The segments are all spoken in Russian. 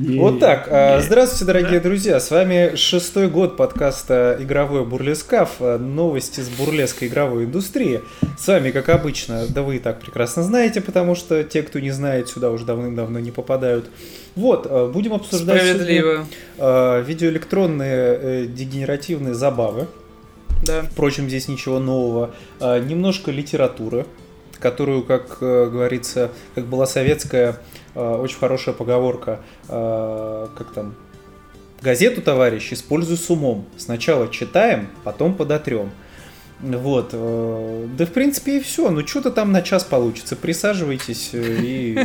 Вот так. Здравствуйте, дорогие друзья. С вами 6-й год подкаста «Игровой бурлескаф». Новости с бурлеской игровой индустрии. С вами, как обычно, да вы и так прекрасно знаете, потому что те, кто не знает, сюда уже давным-давно не попадают. Вот, будем обсуждать видеоэлектронные дегенеративные забавы. Да. Впрочем, здесь ничего нового. Немножко литературы, которую, как говорится, как была советская очень хорошая поговорка, как там, газету, товарищ, используй с умом. Сначала читаем, потом подотрем. Вот. Да, в принципе, и все. Ну, что-то там на час получится. Присаживайтесь и...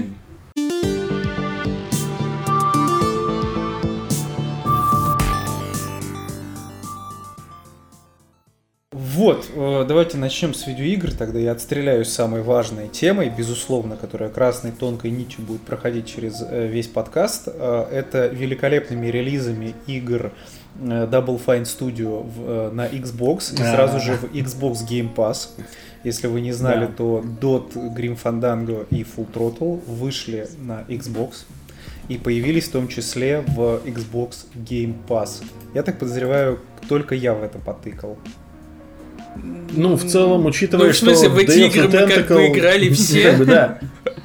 Вот, давайте начнем с видеоигр, тогда я отстреляюсь самой важной темой, безусловно, которая красной тонкой нитью будет проходить через весь подкаст. Это великолепными релизами игр Double Fine Studio на Xbox и сразу же в Xbox Game Pass. Если вы не знали, то Dot, Grim Fandango и Full Throttle вышли на Xbox и появились в том числе в Xbox Game Pass. Я так подозреваю, только я в это потыкал. Ну, в целом, учитывая, в смысле, что в эти игры мы как бы играли все. Да.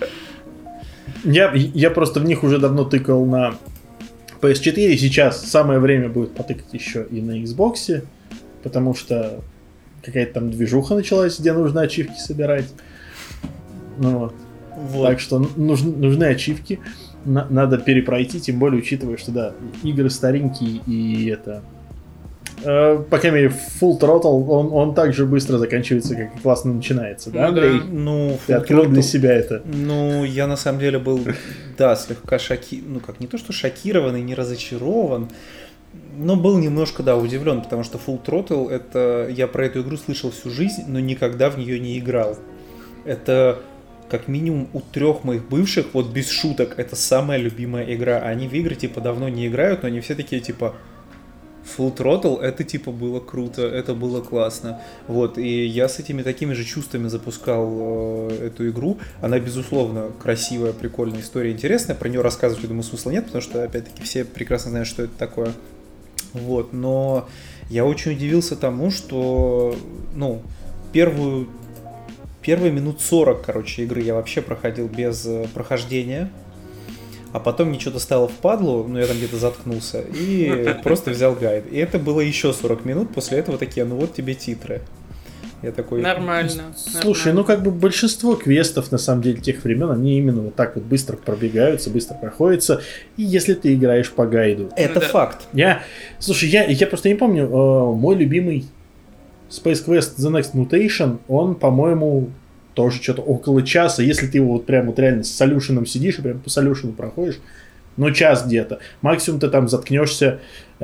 Я просто в них уже давно тыкал на PS4, сейчас самое время будет потыкать еще и на Xbox, потому что какая-то там движуха началась, где нужно ачивки собирать. Ну, вот. Так что нужны ачивки, надо перепройти, тем более учитывая, что да, игры старенькие и это... По крайней мере, Full Throttle, он так же быстро заканчивается, как и классно начинается, да, Андрей? Ну, ты открыл для себя это. Ну, я на самом деле был, да, слегка ну как, не то что шокирован и не разочарован, но был немножко, да, удивлен, потому что Full Throttle, это, я про эту игру слышал всю жизнь, но никогда в нее не играл. Это... как минимум у 3 моих бывших, вот без шуток, это самая любимая игра. Они в игры, типа, давно не играют, но они все такие, типа, Full Throttle, это, типа, было круто, это было классно. Вот, и я с этими такими же чувствами запускал эту игру. Она, безусловно, красивая, прикольная, история интересная. Про нее рассказывать, я думаю, смысла нет, потому что, опять-таки, все прекрасно знают, что это такое. Вот, но я очень удивился тому, что, ну, первые минут 40, короче, игры я вообще проходил без прохождения, а потом мне что-то стало впадлу, ну я там где-то заткнулся, и просто взял гайд. И это было еще 40 минут, после этого такие, ну вот тебе титры. Я такой... Нормально. Слушай, ну как бы большинство квестов, на самом деле, тех времен, они именно вот так вот быстро пробегаются, быстро проходятся, и если ты играешь по гайду. Это факт. Слушай, я просто не помню, мой любимый Space Quest The Next Mutation, он, по-моему, тоже что-то около часа, если ты его вот прям вот реально с солюшеном сидишь и прям по солюшену проходишь, ну час где-то. Максимум ты там заткнешься,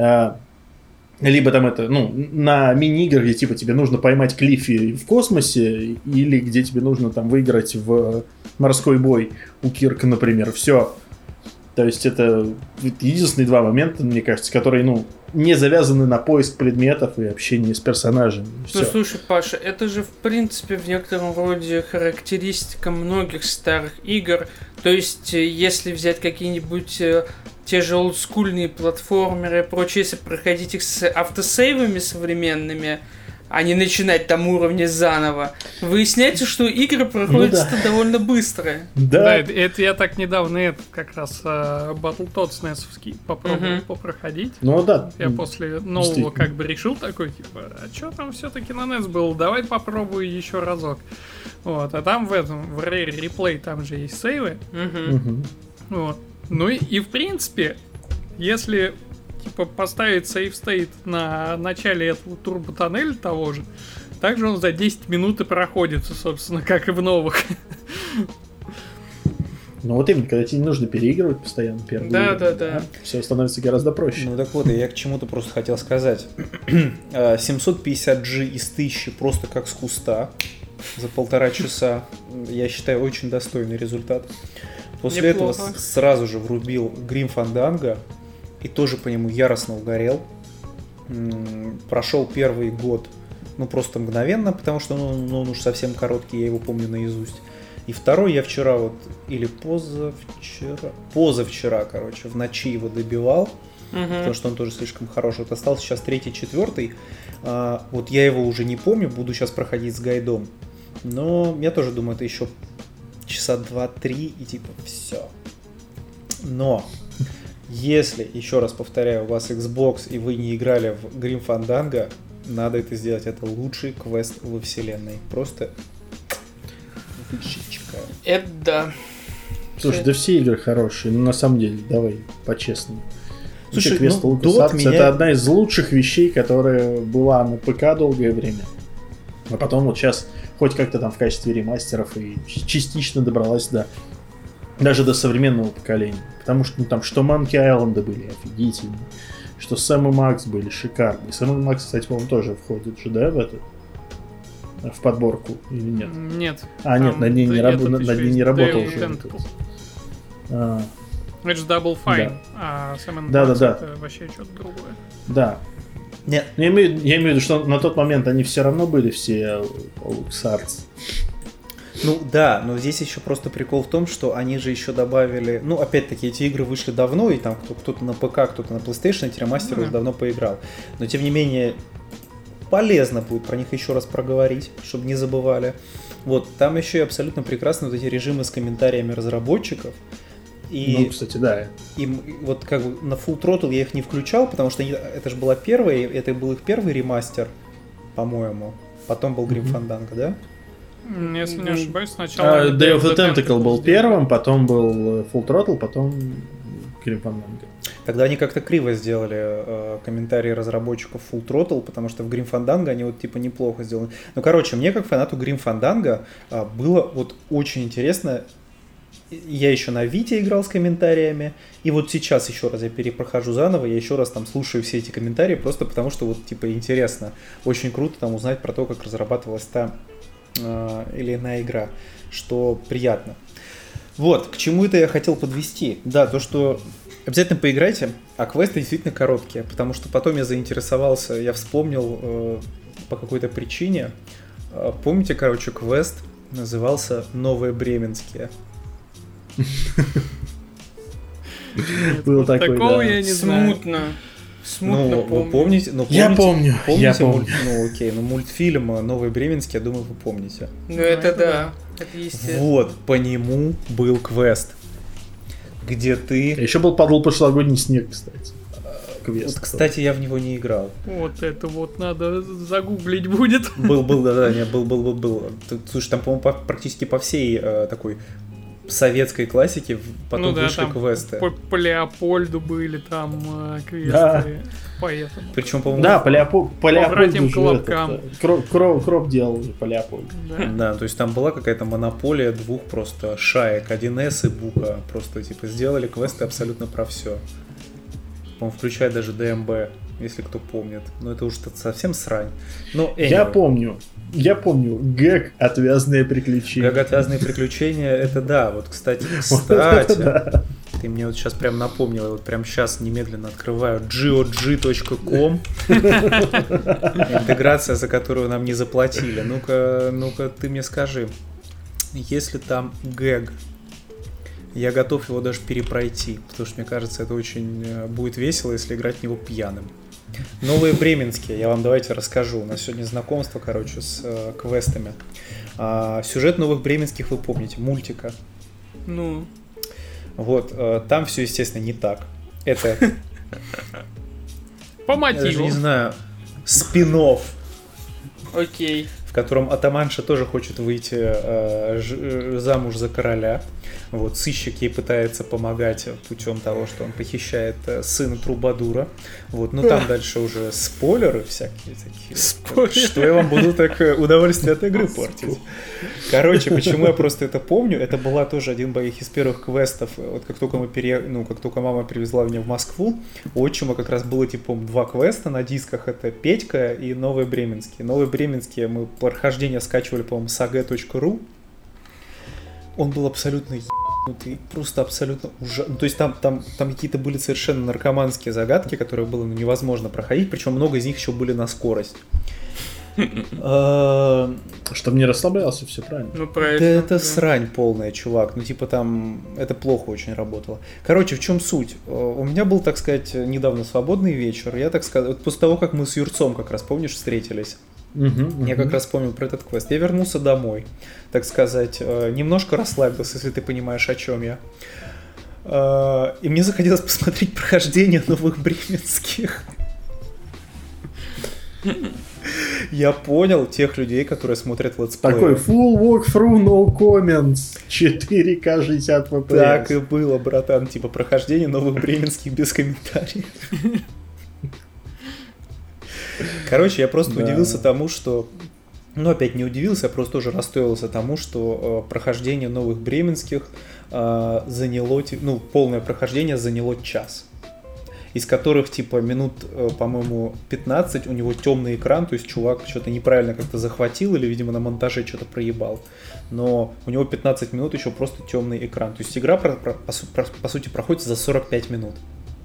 либо там это, ну, на мини-играх, где типа тебе нужно поймать Клиффи в космосе, или где тебе нужно там выиграть в морской бой у Кирка, например, все. То есть это единственные 2 момента, мне кажется, которые, ну, не завязаны на поиск предметов и общение с персонажами. Ну, слушай, Паша, это же, в принципе, в некотором роде характеристика многих старых игр. То есть, если взять какие-нибудь те же олдскульные платформеры и прочее, если проходить их с автосейвами современными, а не начинать там уровни заново, выясняется, что игры проходят довольно быстро. Да, это я так недавно как раз Battletoads NES попробовал попроходить. Ну да. Я после нового как бы решил такой, типа, а что там все-таки на NES было? Давай попробую еще разок. Вот, а там в Rare Replay там же есть сейвы. Вот. Ну и в принципе, если типа поставить сейв-стейт на начале этого турбо-тоннеля того же, также он за 10 минут и проходится, собственно, как и в новых. Ну вот именно, когда тебе не нужно переигрывать постоянно первую игру, да. Все становится гораздо проще. Ну так вот, я к чему-то просто хотел сказать. 750G из 1000 просто как с куста за 1,5 часа. Я считаю, очень достойный результат. После этого сразу же врубил Grim Fandango и тоже по нему яростно угорел. Прошел первый год, ну просто мгновенно, потому что он уж совсем короткий, я его помню наизусть. И второй я вчера вот, или позавчера, короче, в ночи его добивал, потому что он тоже слишком хороший. Вот остался сейчас 3-й, 4-й. Вот я его уже не помню, буду сейчас проходить с гайдом. Но я тоже думаю, это еще часа 2-3 и типа все. Но если, еще раз повторяю, у вас Xbox и вы не играли в Grim Fandango, надо это сделать. Это лучший квест во вселенной. Просто вышечка. Это да. Слушай, да все игры хорошие, но на самом деле, давай по-честному. Слушай, квест LucasArts это одна из лучших вещей, которая была на ПК долгое время. А потом вот сейчас хоть как-то там в качестве ремастеров и частично добралась даже до современного поколения. Потому что там что Monkey Island были офигительные, что Сэм и Макс были шикарные. Сэм и Макс, кстати, по-моему, тоже входит же, да, в подборку или нет? Нет. Нет, на ней не работал уже. Это же Double Fine, да. а Сэм и Макс это вообще что-то другое. Да. Нет. Я имею в виду, что на тот момент они все равно были все LucasArts. Ну да, но здесь еще просто прикол в том, что они же еще добавили... Ну, опять-таки, эти игры вышли давно, и там кто-то на ПК, кто-то на PlayStation, эти ремастеры уже давно поиграл. Но, тем не менее, полезно будет про них еще раз проговорить, чтобы не забывали. Вот, там еще и абсолютно прекрасны вот эти режимы с комментариями разработчиков. И, ну, кстати, да. И вот как бы на Full Throttle я их не включал, потому что это же была первая, это был их первый ремастер, по-моему. Потом был Grim Fandango, да? Если не ошибаюсь, сначала... Day of the Tentacle был первым, потом был Full Throttle, потом Grim Fandango. Тогда они как-то криво сделали комментарии разработчиков Full Throttle, потому что в Grim Fandango они вот типа неплохо сделаны. Ну, короче, мне как фанату Grim Fandango было вот очень интересно. Я еще на Вите играл с комментариями, и вот сейчас еще раз я перепрохожу заново, я еще раз там слушаю все эти комментарии, просто потому что вот типа интересно, очень круто там узнать про то, как разрабатывалась та или иная игра, что приятно. Вот, к чему это я хотел подвести. Да, то, что обязательно поиграйте, а квесты действительно короткие, потому что потом я заинтересовался, я вспомнил по какой-то причине. Помните, короче, квест назывался «Новые Бременские». Было такого я не знаю. Смутно помню. Вы помните? Я помню. Ну окей, мультфильм «Новые Бременские», я думаю, вы помните. Ну это да. Это естественно. Вот, по нему был квест, где ты... Еще был падал прошлогодний снег, кстати. Квест. Вот, кстати, я в него не играл. Вот это вот надо загуглить будет. Был. Слушай, там, по-моему, практически по всей такой советской классике потом вышли квесты. По Леопольду были там квесты. Да. Поэтому. Причем, по-моему... Да, по Леопольду Колобкам. Кроп делал уже по Леопольду. Да, то есть там была какая-то монополия двух просто шаек, 1С и Бука. Просто типа сделали квесты абсолютно про все. По-моему, включая даже ДМБ, если кто помнит. Но это уже совсем срань. Но, anyway. Я помню гэг «Отвязные приключения». Гэг «Отвязные приключения» — это да. Вот, кстати, ты мне вот сейчас прям напомнил. Я вот прям сейчас немедленно открываю GOG.com. Интеграция, за которую нам не заплатили. Ну-ка, ты мне скажи. Если там гэг, я готов его даже перепройти, потому что мне кажется, это очень будет весело, если играть в него пьяным. Новые Бременские, я вам давайте расскажу. У нас сегодня знакомство, короче, с квестами. Сюжет Новых Бременских вы помните, мультика. Ну. Вот, там все, естественно, не так. Это... По мотиву. Я даже не знаю, спин-офф. Окей. В котором атаманша тоже хочет выйти замуж за короля. Вот, сыщик ей пытается помогать путем того, что он похищает сына Трубадура. Вот, ну там дальше уже спойлеры всякие такие. Спойлеры. Что я вам буду так удовольствие от игры портить. Короче, почему я просто это помню, это была тоже один из первых квестов. Вот как только как только мама привезла меня в Москву, у отчима как раз было типа 2 квеста на дисках. Это Петька и Новые Бременские. Новые Бременские мы прохождение скачивали, по-моему, с ag.ru. Он был абсолютно ебанутый, просто абсолютно ужасный. То есть там какие-то были совершенно наркоманские загадки, которые было невозможно проходить, причем много из них еще были на скорость. Чтобы не расслаблялся, все правильно. Ну, правильно. Да это срань полная, чувак. Ну, типа там это плохо очень работало. Короче, в чем суть? У меня был, так сказать, недавно свободный вечер. Я, так сказать, вот после того, как мы с Юрцом, как раз, помнишь, встретились, я как раз помнил про этот квест. Я вернулся домой, так сказать, немножко расслабился, если ты понимаешь, о чем я. И мне захотелось посмотреть прохождение новых бременских. Я понял тех людей, которые смотрят летсплей. Такой full walkthrough, no comments, 4К 60 FPS. Так и было, братан, типа прохождение новых бременских без комментариев. Короче, я просто удивился тому, что... Ну, опять не удивился, я просто тоже расстроился тому, что прохождение новых бременских заняло... Ну, полное прохождение заняло час. Из которых, типа, минут, по-моему, 15 у него темный экран, то есть чувак что-то неправильно как-то захватил или, видимо, на монтаже что-то проебал. Но у него 15 минут еще просто темный экран. То есть игра, по сути, проходит за 45 минут.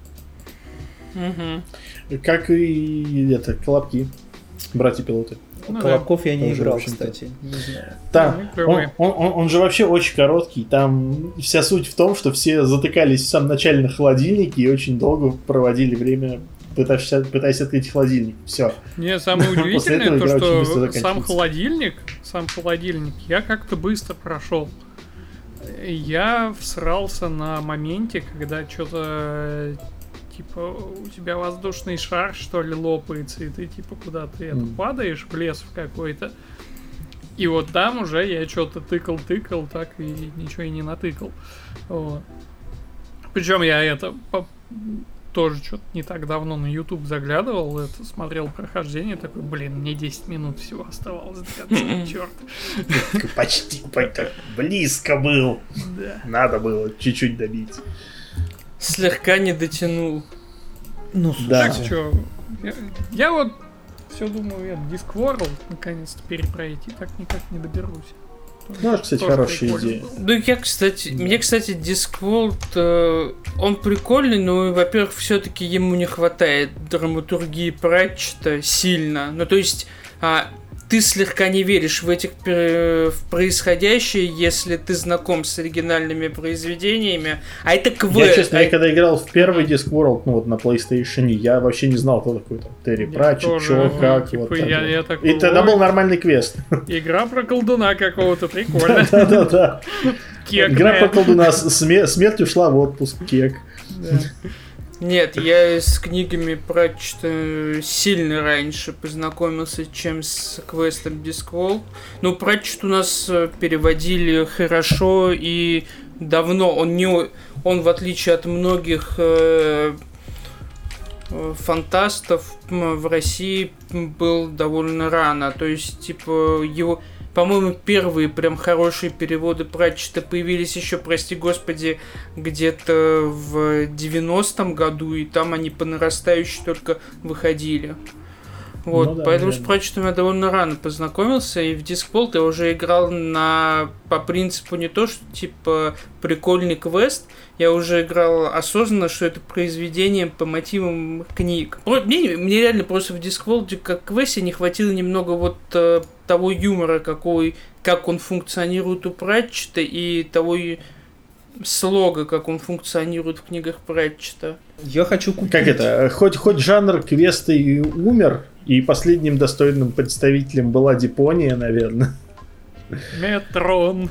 Как и колобки, братья-пилоты. Колобков я не играл, кстати. Не знаю. Да, он же вообще очень короткий. Там вся суть в том, что все затыкались в самом начале на холодильнике и очень долго проводили время, пытаясь открыть холодильник. Все. Не, самое удивительное то, что сам холодильник я как-то быстро прошел. Я всрался на моменте, когда что-то типа у тебя воздушный шар, что ли, лопается, и ты типа куда-то падаешь в лес в какой-то. И вот там уже я что-то тыкал, так и ничего и не натыкал. Вот. Причем я тоже что-то не так давно на YouTube заглядывал, смотрел прохождение, такой, мне 10 минут всего оставалось до конца, черт. Почти близко был. Да. Надо было чуть-чуть добить. Слегка не дотянул. Ну, да. Так что, я вот все думаю, Discworld наконец-то перепройти, так никак не доберусь. Ну, кстати, хорошая идея. Ну, мне, кстати, Discworld, он прикольный, но, во-первых, все-таки ему не хватает драматургии Пратчета сильно. Ну, то есть, ты слегка не веришь в происходящее, если ты знаком с оригинальными произведениями. А это квест. Я, честно, когда играл в первый Discworld, ну вот на PlayStation, я вообще не знал, кто такой там Терри Пратчетт, что, как. Типа, вот я такой, и тогда был нормальный квест. Игра про колдуна какого-то, прикольно. Да. Игра про колдуна, смерть ушла в отпуск, кек. Нет, я с книгами Пратчета сильно раньше познакомился, чем с квестом Discworld. Ну, Пратчет у нас переводили хорошо и давно. Он в отличие от многих фантастов, в России был довольно рано. То есть, типа, его... По-моему, первые прям хорошие переводы Пратчета появились еще, прости господи, где-то в 90-м году, и там они по нарастающей только выходили. Вот, ну да, поэтому с Пратчетом я довольно рано познакомился, и в Discworld я уже играл по принципу не то, что типа прикольный квест, я уже играл осознанно, что это произведение по мотивам книг. Мне реально просто в Discworld как квесте не хватило немного вот того юмора, как он функционирует у Пратчета, и того слога, как он функционирует в книгах Пратчета. Я хочу купить. Как это? Хоть жанр квеста и умер, и последним достойным представителем была Дипония, наверное. Метрон.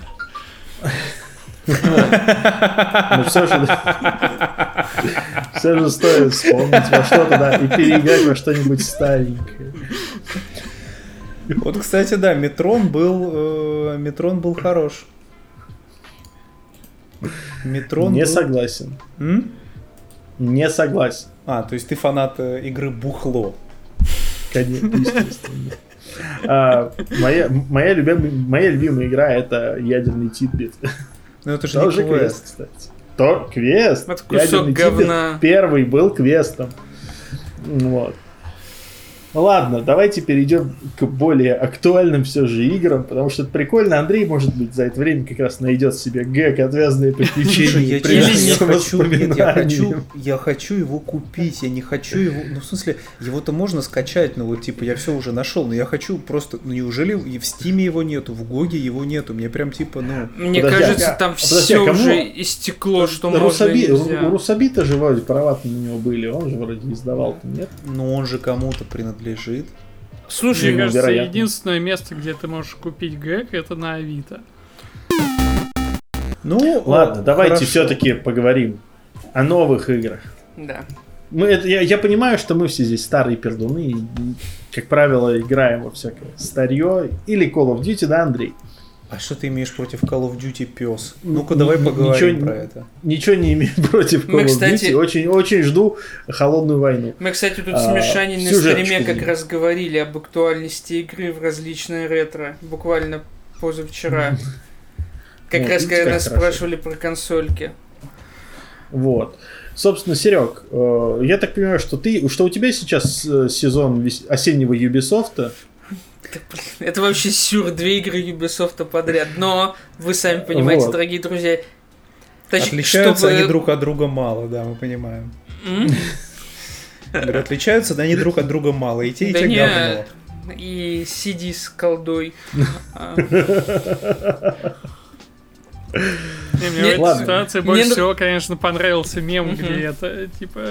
Ну все же стоит вспомнить во что-то, да, и переиграть во что-нибудь старенькое. Вот, кстати, да, Метрон был хорош. Не согласен. Не согласен. То есть ты фанат игры Бухло. Конечно, естественно. Моя любимая игра — это ядерный Титбит. Ну это же не квест, кстати. Квест. Это кусок говна. Первый был квестом. Вот. Ладно, давайте перейдем к более актуальным все же играм, потому что это прикольно. Андрей, может быть, за это время как раз найдет себе гэг, отвязанные приключения. Я хочу его купить, я не хочу его... Ну, в смысле, его-то можно скачать, но вот, типа, я все уже нашел, но я хочу просто... Ну, неужели и в Стиме его нету, в Гоге его нету? Мне прям, типа, ну... Мне кажется, там все уже истекло, что можно и нельзя. У Русаби-то же вроде права-то на него были, он же вроде издавал-то, нет? Ну, он же кому-то принадлежит. Слушай, мне кажется, единственное место, где ты можешь купить гэг, это на Авито. Ну, ладно, давайте все-таки поговорим о новых играх. Да. Я понимаю, что мы все здесь старые пердуны, и, как правило, играем во всякое старье или Call of Duty, да, Андрей? А что ты имеешь против Call of Duty, пес? Ну-ка, давай поговорим про это. Ничего не имею против Call of Duty. Очень жду Холодную войну. Мы, кстати, тут с Мишаней на стриме как раз говорили об актуальности игры в различные ретро. Буквально позавчера. Как раз когда нас спрашивали про консольки. Вот. Собственно, Серег, я так понимаю, что у тебя сейчас сезон осеннего Ubisoft. Это вообще сюр, 2 игры Ubisoft подряд. Но вы сами понимаете, вот, дорогие друзья. Отличаются они друг от друга мало, да, мы понимаем. Говорю, отличаются, да, они друг от друга мало. И те говно. И CD с колдой. Мне в этой ситуации больше всего, конечно, понравился мем, где это, типа...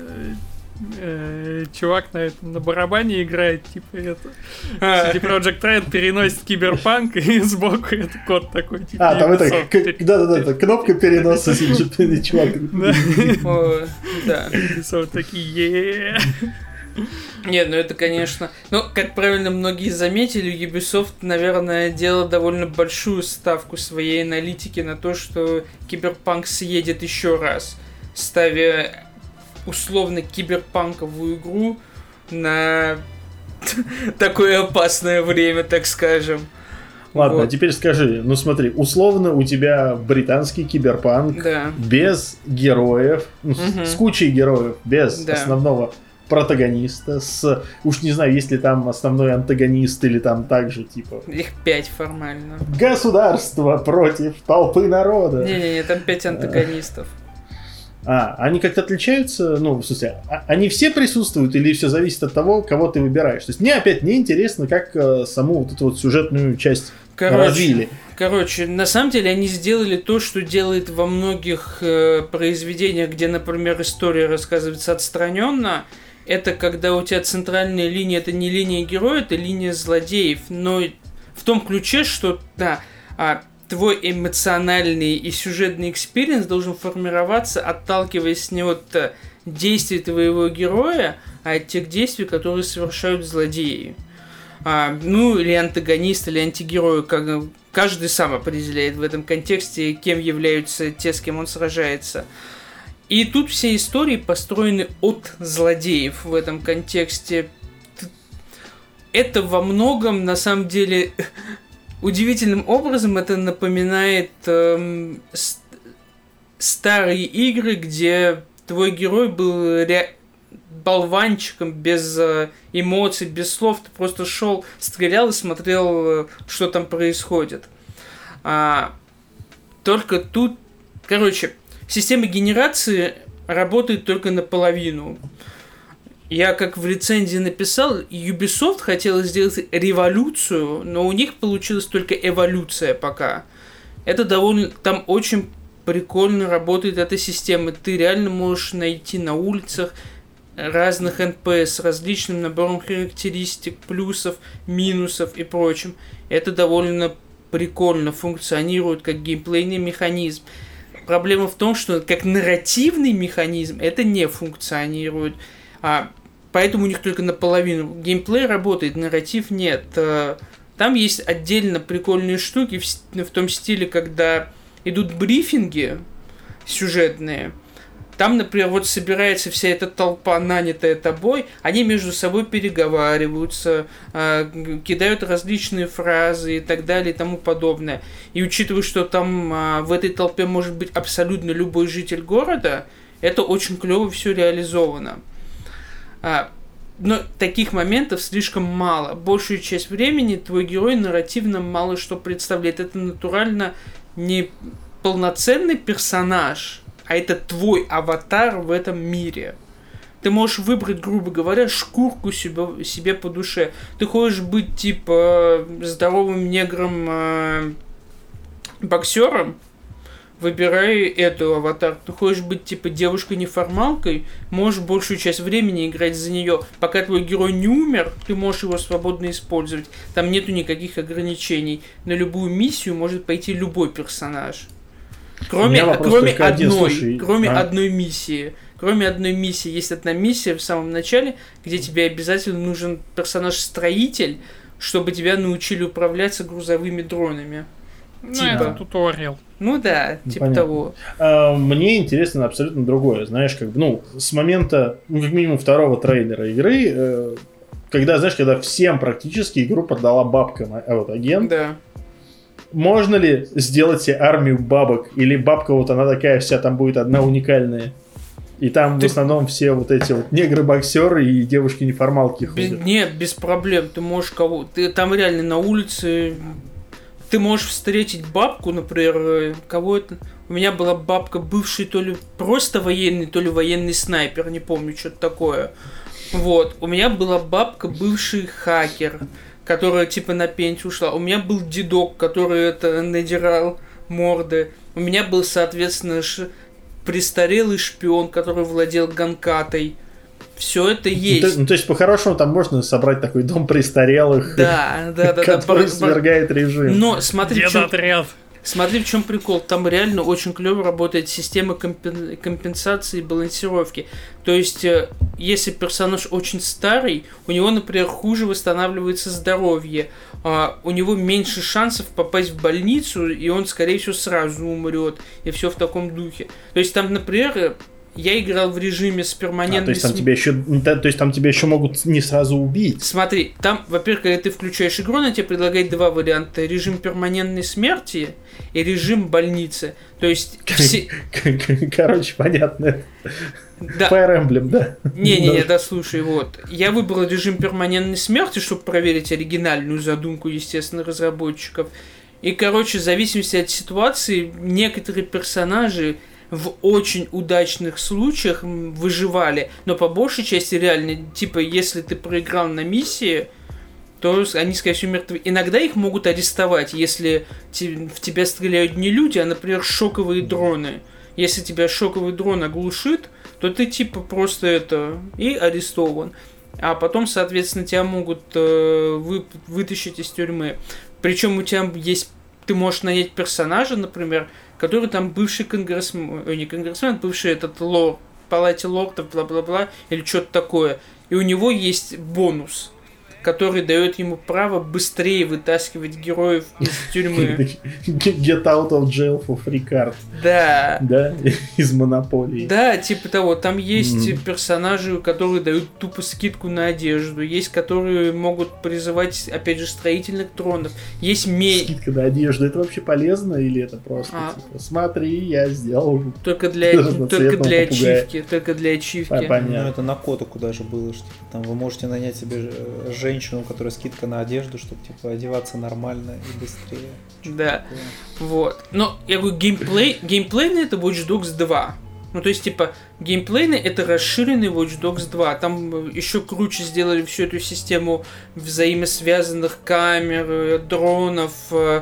чувак на барабане играет, типа это. CD Projekt Red переносит Киберпанк, и сбоку это код такой, типа. Там это, да, кнопка переноса, чувак. Да. Ubisoft такие, Нет, ну это, конечно... Ну, как правильно многие заметили, Ubisoft, наверное, делал довольно большую ставку своей аналитики на то, что Киберпанк съедет еще раз, ставя условно киберпанковую игру на такое опасное время, так скажем. Ладно, вот. А теперь скажи, ну смотри, условно у тебя британский киберпанк, да, без героев, с кучей героев, без основного протагониста, уж не знаю, есть ли там основной антагонист или там также типа... Их 5 формально. Государство против толпы народа. Не-не-не, там 5 антагонистов. Они как-то отличаются? Ну, в смысле, они все присутствуют или все зависит от того, кого ты выбираешь? То есть мне опять не интересно, как саму вот эту вот сюжетную часть развили. Короче, на самом деле они сделали то, что делает во многих произведениях, где, например, история рассказывается отстраненно. Это когда у тебя центральная линия, это не линия героя, это линия злодеев. Но в том ключе, что, да, твой эмоциональный и сюжетный экспириенс должен формироваться, отталкиваясь не от действий твоего героя, а от тех действий, которые совершают злодеи. Ну, или антагонист, или антигерой. Каждый сам определяет в этом контексте, кем являются те, с кем он сражается. И тут все истории построены от злодеев в этом контексте. Это во многом, на самом деле... Удивительным образом это напоминает старые игры, где твой герой был болванчиком, без эмоций, без слов. Ты просто шел, стрелял и смотрел, что там происходит. Только тут... Короче, система генерации работает только наполовину. Я, как в рецензии написал, Ubisoft хотела сделать революцию, но у них получилась только эволюция пока. Это довольно... Там очень прикольно работает эта система. Ты реально можешь найти на улицах разных NPS с различным набором характеристик, плюсов, минусов и прочим. Это довольно прикольно функционирует как геймплейный механизм. Проблема в том, что как нарративный механизм это не функционирует. Поэтому у них только наполовину. Геймплей работает, нарратив нет. Там есть отдельно прикольные штуки в том стиле, когда идут брифинги сюжетные. Там, например, вот собирается вся эта толпа, нанятая тобой, они между собой переговариваются, кидают различные фразы и так далее и тому подобное. И учитывая, что там в этой толпе может быть абсолютно любой житель города, это очень клево все реализовано. Но таких моментов слишком мало. Большую часть времени твой герой нарративно мало что представляет. Это натурально не полноценный персонаж, а это твой аватар в этом мире. Ты можешь выбрать, грубо говоря, шкурку себе по душе. Ты хочешь быть, типа, здоровым негром боксером, выбирай эту аватар. Ты хочешь быть, типа, девушкой-неформалкой, можешь большую часть времени играть за нее. Пока твой герой не умер, ты можешь его свободно использовать. Там нету никаких ограничений. На любую миссию может пойти любой персонаж. Кроме одной миссии. Кроме одной миссии. Есть одна миссия в самом начале, где тебе обязательно нужен персонаж-строитель, чтобы тебя научили управляться грузовыми дронами. Ну, это туториал. Ну да, типа понятно. того. Мне интересно абсолютно другое. Знаешь, как бы, с момента, как минимум, второго трейлера игры, когда всем практически игру продала бабка агент. Да. Можно ли сделать себе армию бабок? Или бабка вот она такая вся, там будет одна уникальная? И там в основном все вот эти вот негры-боксеры и девушки-неформалки ходят. Нет, без проблем. Ты можешь ты там реально на улице... Ты можешь встретить бабку, например, кого это... У меня была бабка, бывший то ли просто военный, то ли военный снайпер, не помню, что-то такое. Вот. У меня была бабка, бывший хакер, которая типа на пенсию ушла. У меня был дедок, который надирал морды. У меня был, соответственно, престарелый шпион, который владел ганкатой. Все это есть. То есть, по-хорошему, там можно собрать такой дом престарелых, который свергает режим. Но смотри, в чем прикол. Там реально очень клево работает система компенсации и балансировки. То есть, если персонаж очень старый, у него, например, хуже восстанавливается здоровье, у него меньше шансов попасть в больницу, и он, скорее всего, сразу умрет. И все в таком духе. То есть, там, например... Я играл в режиме с перманентной... то есть там тебя еще могут не сразу убить. Смотри, там, во-первых, когда ты включаешь игру, она тебе предлагает два варианта. Режим перманентной смерти и режим больницы. То есть... Короче, понятно. Да. Fire Emblem, да? Не-не-не, да, слушай, вот. Я выбрал режим перманентной смерти, чтобы проверить оригинальную задумку, естественно, разработчиков. И, короче, в зависимости от ситуации, некоторые персонажи в очень удачных случаях выживали, но по большей части реально, типа, если ты проиграл на миссии, то они, скорее всего, мертвы. Иногда их могут арестовать, если в тебя стреляют не люди, а, например, шоковые дроны. Если тебя шоковый дрон оглушит, то ты, типа, просто и арестован. А потом, соответственно, тебя могут вытащить из тюрьмы. Причем у тебя есть... Ты можешь нанять персонажа, например, который там бывший бывший лорд, палате лордов, бла-бла-бла, или что-то такое. И у него есть бонус, который дает ему право быстрее вытаскивать героев из тюрьмы. Get out of jail for free card. Да. Да, из Монополии. Да, типа того. Там есть персонажи, которые дают тупо скидку на одежду. Есть, которые могут призывать, опять же, строительных дронов. Есть скидка на одежду. Это вообще полезно или это просто типа, смотри, я сделал. Только для ачивки. Только для ачивки. Понятно. Ну, это на Котаку даже было, что там вы можете нанять себе женщину, у которой скидка на одежду, чтобы типа одеваться нормально и быстрее. Да. Вот. Но я говорю, геймплейный это Watch Dogs 2. Ну, то есть, типа, геймплейный это расширенный Watch Dogs 2. Там еще круче сделали всю эту систему взаимосвязанных камер, дронов,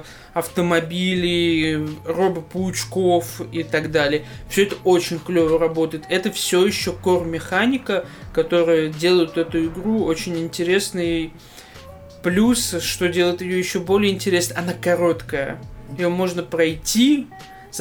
автомобилей, робопаучков и так далее. Все это очень клево работает. Это все еще кор-механика, которая делает эту игру очень интересной. Плюс, что делает ее еще более интересной, она короткая. Ее можно пройти за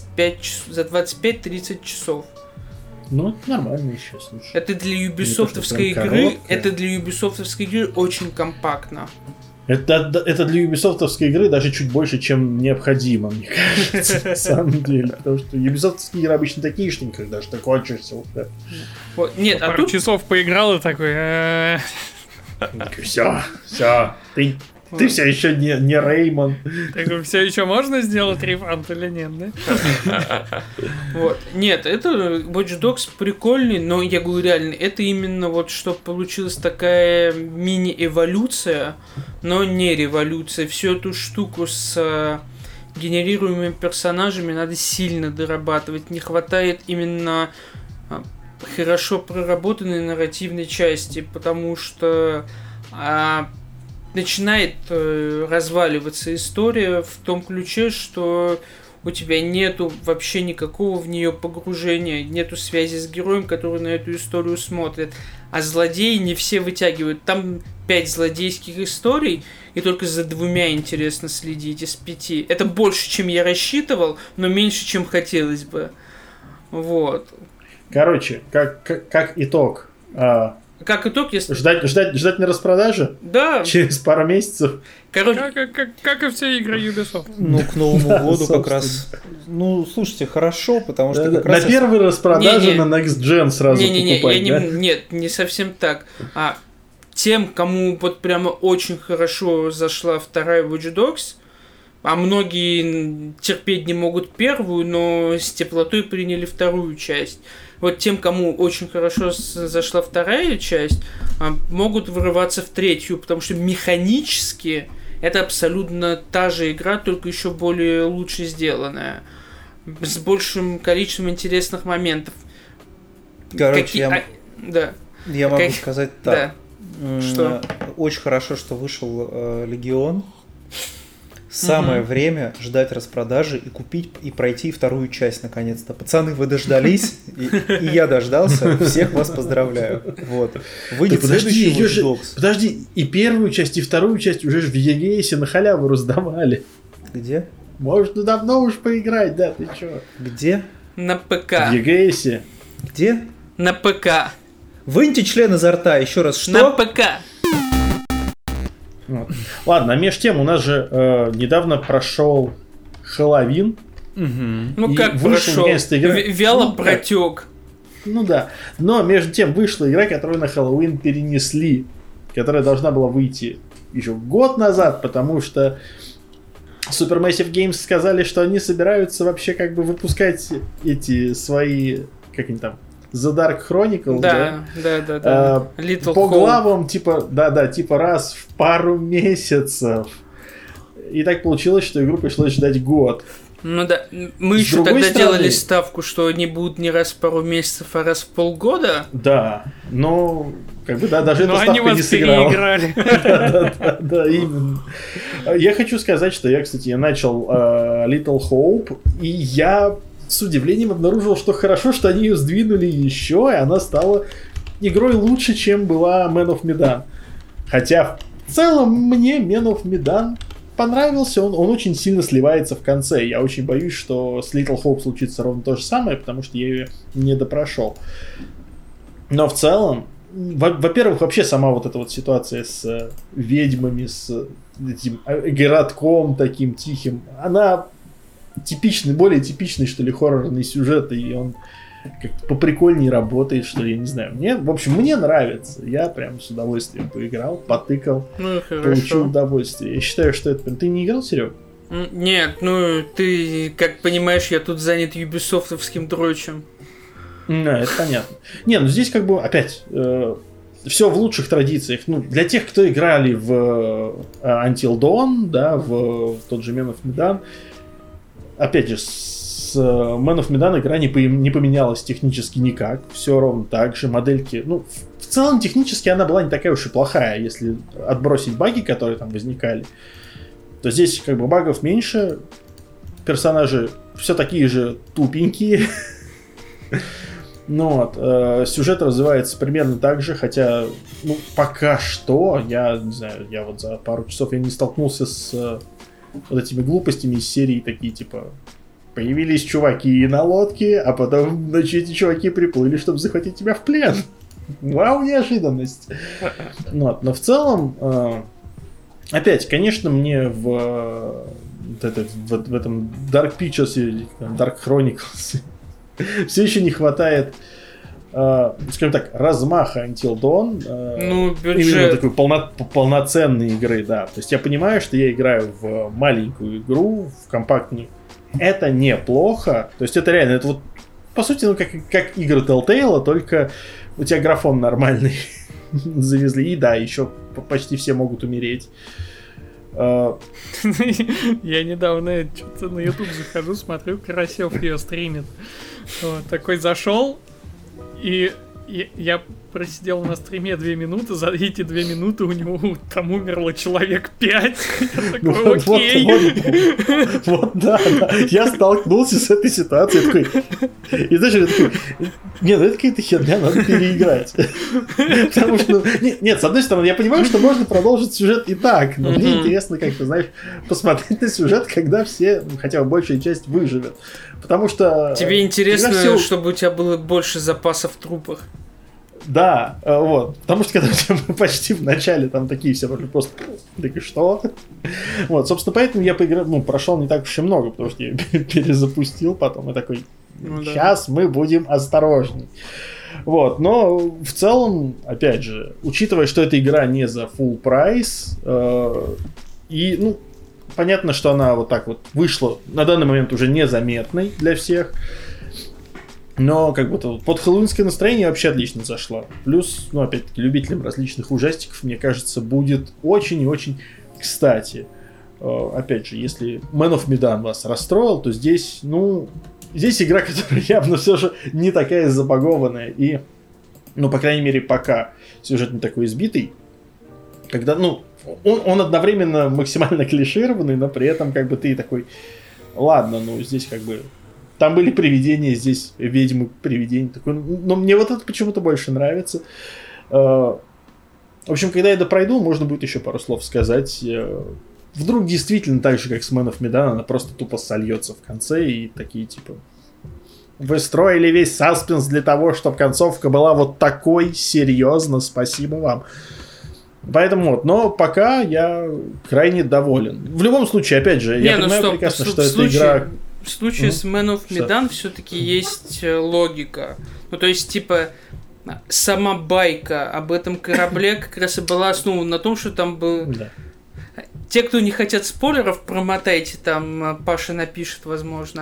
25-30 часов. Ну, это нормально еще, слушай. Это для юбисофтовской игры. Это для юбисофтовской игры очень компактно. Это для юбисофтовской игры даже чуть больше, чем необходимо, мне кажется, на самом деле. Потому что юбисофтовские игры обычно такие, что когда же ты кончишься уже. Нет, пару часов поиграл и такой... Все, Ты все еще не Реймон. Так все еще можно сделать рефанд или нет, да? Вот. Нет, это Watch Dogs прикольный, но я говорю реально, это именно вот что получилась такая мини-эволюция, но не революция. Всю эту штуку с генерируемыми персонажами надо сильно дорабатывать. Не хватает именно хорошо проработанной нарративной части, потому что начинает разваливаться история в том ключе, что у тебя нету вообще никакого в нее погружения, нету связи с героем, который на эту историю смотрит. А злодеи не все вытягивают. Там 5 злодейских историй, и только за 2 интересно следить из 5. Это больше, чем я рассчитывал, но меньше, чем хотелось бы. Вот. Короче, как итог. Как итог, если... Ждать на распродаже? Да. Через пару месяцев? Короче... Как и все игры Ubisoft. Ну, к Новому году как раз... Ну, слушайте, хорошо, потому что как раз... На первой распродаже на Next Gen сразу покупать, да? Нет, не совсем так. Тем, кому вот прямо очень хорошо зашла вторая Watch Dogs, а многие терпеть не могут первую, но с теплотой приняли вторую часть. Вот тем, кому очень хорошо зашла вторая часть, могут вырываться в третью, потому что механически это абсолютно та же игра, только еще более лучше сделанная. С большим количеством интересных моментов. Короче, да. Я могу сказать так. Да. Что? Очень хорошо, что вышел Легион. Самое время ждать распродажи и купить и пройти вторую часть наконец-то. Пацаны, вы дождались, и я дождался. Всех вас поздравляю. Вот. Выйдет следующий Watch Dogs. Подожди, и первую часть, и вторую часть уже в EGS на халяву раздавали. Где? Можно давно уж поиграть, да, ты чё? Где? На ПК. В EGS. Где? На ПК. Выньте член изо рта, еще раз, что? На ПК. Вот. Ладно, а между тем у нас же недавно прошел Хэллоуин. Ну как прошел? Вяло протек. Ну да. Но между тем вышла игра, которую на Хэллоуин перенесли, которая должна была выйти еще год назад, потому что Supermassive Games сказали, что они собираются вообще как бы выпускать эти свои, как они там, The Dark Chronicle, да. Little по главам, типа раз в пару месяцев. И так получилось, что игру пришлось ждать год. Ну да, мы еще тогда делали ставку, что они будут не раз в пару месяцев, а раз в полгода. Да, но как бы да, даже эта ставка не сыграла. Да, именно. Я хочу сказать, что я начал Little Hope, и я с удивлением обнаружил, что хорошо, что они ее сдвинули еще, и она стала игрой лучше, чем была Man of Medan. Хотя в целом мне Man of Medan понравился, он очень сильно сливается в конце. Я очень боюсь, что с Little Hope случится ровно то же самое, потому что я ее не допрошел. Но в целом, во-первых, вообще сама вот эта вот ситуация с ведьмами, с этим городком таким тихим, она более типичный, что ли, хоррорный сюжет, и он как-то поприкольнее работает, что ли, я не знаю. Мне нравится. Я прям с удовольствием поиграл, потыкал, получил удовольствие. Я считаю, что это... Ты не играл, Серег? Нет, ты, как понимаешь, я тут занят юбисофтовским дрочем. Да, это понятно. Здесь как бы, опять, все в лучших традициях. Для тех, кто играли в Until Dawn, да, в тот же Man of Medan, опять же, с Man of Medan игра не поменялась технически никак. Все ровно так же. Модельки... в целом, технически она была не такая уж и плохая, если отбросить баги, которые там возникали. То здесь как бы багов меньше. Персонажи все такие же тупенькие. Сюжет развивается примерно так же, хотя, пока что, я не знаю, я вот за пару часов я не столкнулся с вот этими глупостями из серии, такие типа появились чуваки на лодке, а потом эти чуваки приплыли, чтобы захватить тебя в плен. Вау, неожиданность. Но в целом, опять, конечно, мне в этом Dark Pictures, Dark Chronicles все еще не хватает скажем так, размаха Until Dawn. Бюджет. Именно такой полноценной игры, да. То есть я понимаю, что я играю в маленькую игру, в компактную. Это неплохо. То есть это реально, это вот, по сути, как игры Telltale, только у тебя графон нормальный завезли. И да, еще почти все могут умереть. Я недавно что-то на YouTube захожу, смотрю, Карасев ее стримит. Вот, такой зашел, и я просидел на стриме 2 минуты, за эти 2 минуты у него там умерло человек 5. Я такой, окей. Вот, да. Я столкнулся с этой ситуацией, такой, и знаешь, я такой, нет, это какая-то херня, надо переиграть. Потому что, нет, с одной стороны, я понимаю, что можно продолжить сюжет и так, но мне интересно, как ты знаешь, посмотреть на сюжет, когда все, хотя бы большая часть выживет. Потому что... Тебе интересно, чтобы у тебя было больше запасов в трупах. Да, вот. Потому что когда мы почти в начале там такие все просто... Так и что? Вот, собственно, поэтому я прошел не так уж и много, потому что я перезапустил потом и такой... Сейчас мы будем осторожней. Вот, но в целом, опять же, учитывая, что эта игра не за full прайс, и, понятно, что она вот так вот вышла на данный момент уже незаметной для всех. Но как будто под хэллоуинское настроение вообще отлично зашло. Плюс, опять-таки, любителям различных ужастиков, мне кажется, будет очень и очень кстати. Опять же, если Man of Medan вас расстроил, то здесь, здесь игра, которая явно все же не такая забагованная. И, по крайней мере, пока сюжет не такой избитый, когда, он одновременно максимально клишированный, но при этом как бы ты такой, ладно, здесь как бы там были привидения, здесь ведьмы, привидения, такой, но мне вот это почему-то больше нравится. В общем, когда я допройду, можно будет еще пару слов сказать. Вдруг действительно так же, как с Man of Medan, она просто тупо сольется в конце и такие типа... Вы строили весь саспенс для того, чтобы концовка была вот такой, серьезно, спасибо вам. Поэтому вот, но пока я крайне доволен. В любом случае, опять же, я понимаю прекрасно, что эта игра... В случае с Man of Medan все-таки есть логика. То есть, типа, сама байка об этом корабле как раз и была основана на том, что там был... Да. Те, кто не хотят спойлеров, промотайте, там Паша напишет, возможно.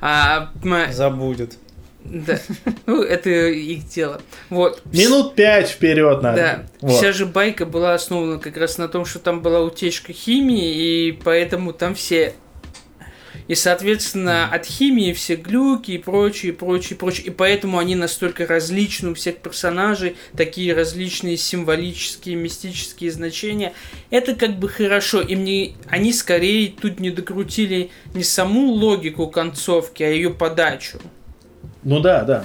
Забудет. Да. Это их дело. Вот. Минут 5 вперед надо. Да. Вот. Вся же байка была основана как раз на том, что там была утечка химии, и поэтому там все... И, соответственно, от химии все глюки и прочее. И поэтому они настолько различны у всех персонажей, такие различные символические, мистические значения. Это как бы хорошо. Они скорее тут не докрутили не саму логику концовки, а ее подачу. Да.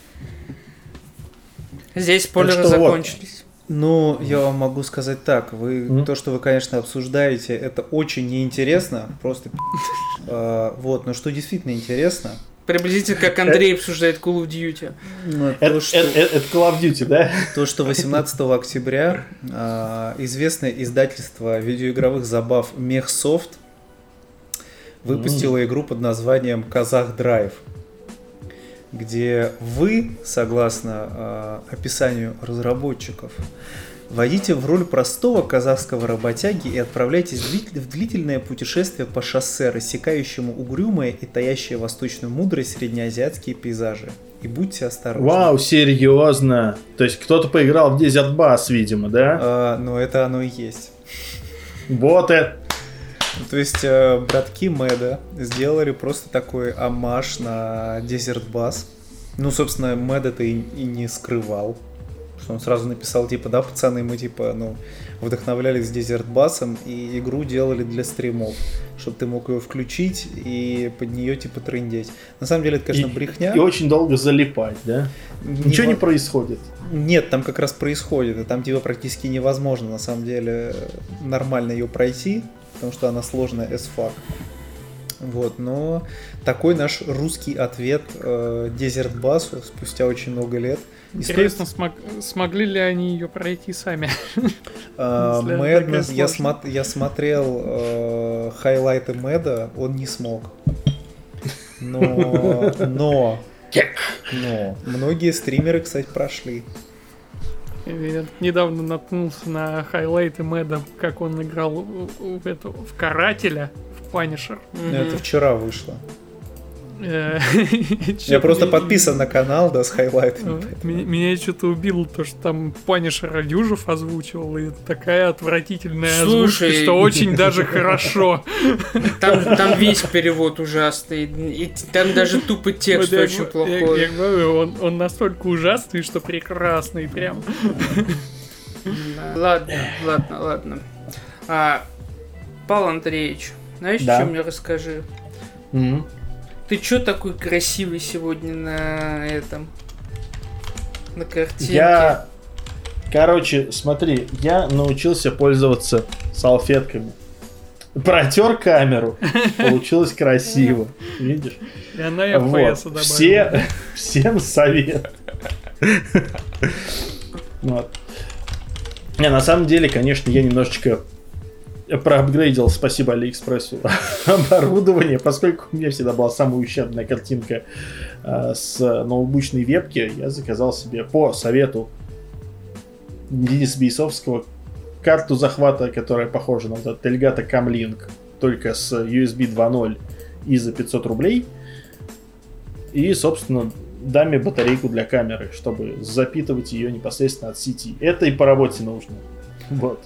Здесь спойлеры закончились. Я вам могу сказать так. То, что вы, конечно, обсуждаете, это очень неинтересно. Просто но что действительно интересно... Приблизительно как Андрей обсуждает Call of Duty. Это Call of Duty, да? То, что 18 октября известное издательство видеоигровых забав Mechsoft выпустило игру под названием Казах Драйв, где вы, согласно описанию разработчиков, войдите в роль простого казахского работяги и отправляйтесь в длительное путешествие по шоссе, рассекающему угрюмые и таящие восточную мудрость среднеазиатские пейзажи. И будьте осторожны. Вау, серьезно? То есть кто-то поиграл в Desert Bus, видимо, да? Это оно и есть. Вот это... То есть братки Мэда сделали просто такой омаж на Desert Bus. Собственно, Мэд это и не скрывал. Что он сразу написал, да, пацаны, мы, вдохновлялись Desert Bus'ом и игру делали для стримов, чтобы ты мог ее включить и под нее, трындеть. На самом деле, это, конечно, брехня. И очень долго залипать, да? Ничего не происходит. Нет, там как раз происходит, и там практически невозможно, на самом деле, нормально ее пройти, потому что она сложная as fuck. Но такой наш русский ответ Desert Bus'у спустя очень много лет. Интересно, смогли ли они ее пройти сами? Madness, я смотрел хайлайты Мэда, он не смог. Но Но многие стримеры, кстати, прошли. Я недавно наткнулся на хайлайты Мэда, как он играл в Карателя, в Punisher. Это вчера вышло. Я просто подписан на канал, да, с хайлайтами. Меня что-то убило то, что там Панишера Дюжев озвучивал, и такая отвратительная озвучка, что очень даже хорошо. Там весь перевод ужасный, и там даже тупо текст очень плохой. Я говорю, он настолько ужасный, что прекрасный прям. Ладно. Павел Андреевич, знаешь, что мне расскажи? Ты чё такой красивый сегодня на картинке? Короче, смотри, я научился пользоваться салфетками. Протер камеру, получилось красиво. Видишь? И она и FPS добавила. Всем совет. На самом деле, конечно, я немножечко проапгрейдил, спасибо Алиэкспрессу, оборудование, поскольку у меня всегда была самая ущербная картинка с ноутбучной вебки, я заказал себе по совету Дениса Бейсовского карту захвата, которая похожа на вот Elgato Camlink, только с USB 2.0 и за 500 рублей. И, собственно, даме батарейку для камеры, чтобы запитывать ее непосредственно от сети. Это и по работе нужно. Вот.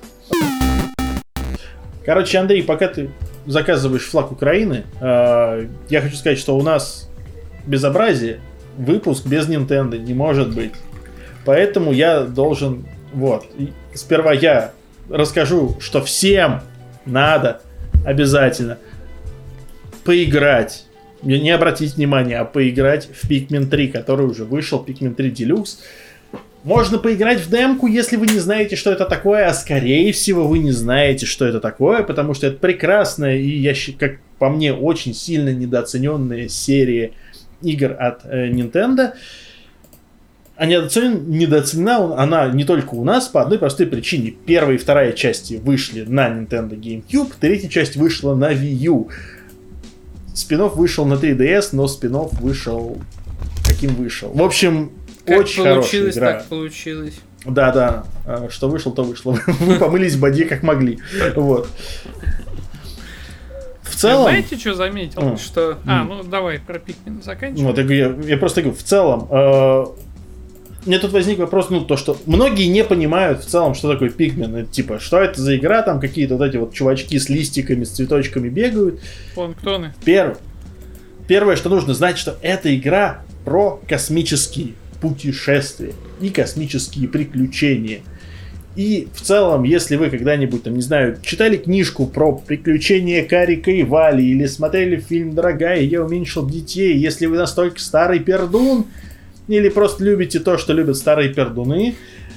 Короче, Андрей, пока ты заказываешь флаг Украины, я хочу сказать, что у нас безобразие, выпуск без Nintendo не может быть. Поэтому я должен... Сперва я расскажу, что всем надо обязательно поиграть, не обратить внимание, а поиграть в Pikmin 3, который уже вышел, Pikmin 3 Deluxe. Можно поиграть в демку, если вы не знаете, что это такое, а скорее всего вы не знаете, что это такое, потому что это прекрасная и, как по мне, очень сильно недооцененная серия игр от Nintendo. А недооценена она не только у нас по одной простой причине. Первая и вторая части вышли на Nintendo GameCube, третья часть вышла на Wii U. Спин-офф вышел на 3DS, но спин-офф вышел каким вышел. В общем... Как очень получилось, хорошая игра. так получилось. Да. Что вышло, то вышло. Мы помылись в воде, как могли. Вот. В целом... Знаете, что заметил? Что? Давай про Pikmin заканчиваем. Вот, я просто говорю, в целом... Мне тут возник вопрос, то, что многие не понимают в целом, что такое Pikmin. Это, типа, что это за игра, там какие-то вот эти вот чувачки с листиками, с цветочками бегают. Планктоны. Первое, что нужно знать, что это игра про космические путешествия и космические приключения. И в целом, если вы когда-нибудь, читали книжку про приключения Карика и Вали или смотрели фильм «Дорогая, я уменьшил детей», если вы настолько старый пердун или просто любите то, что любят старые пердуны,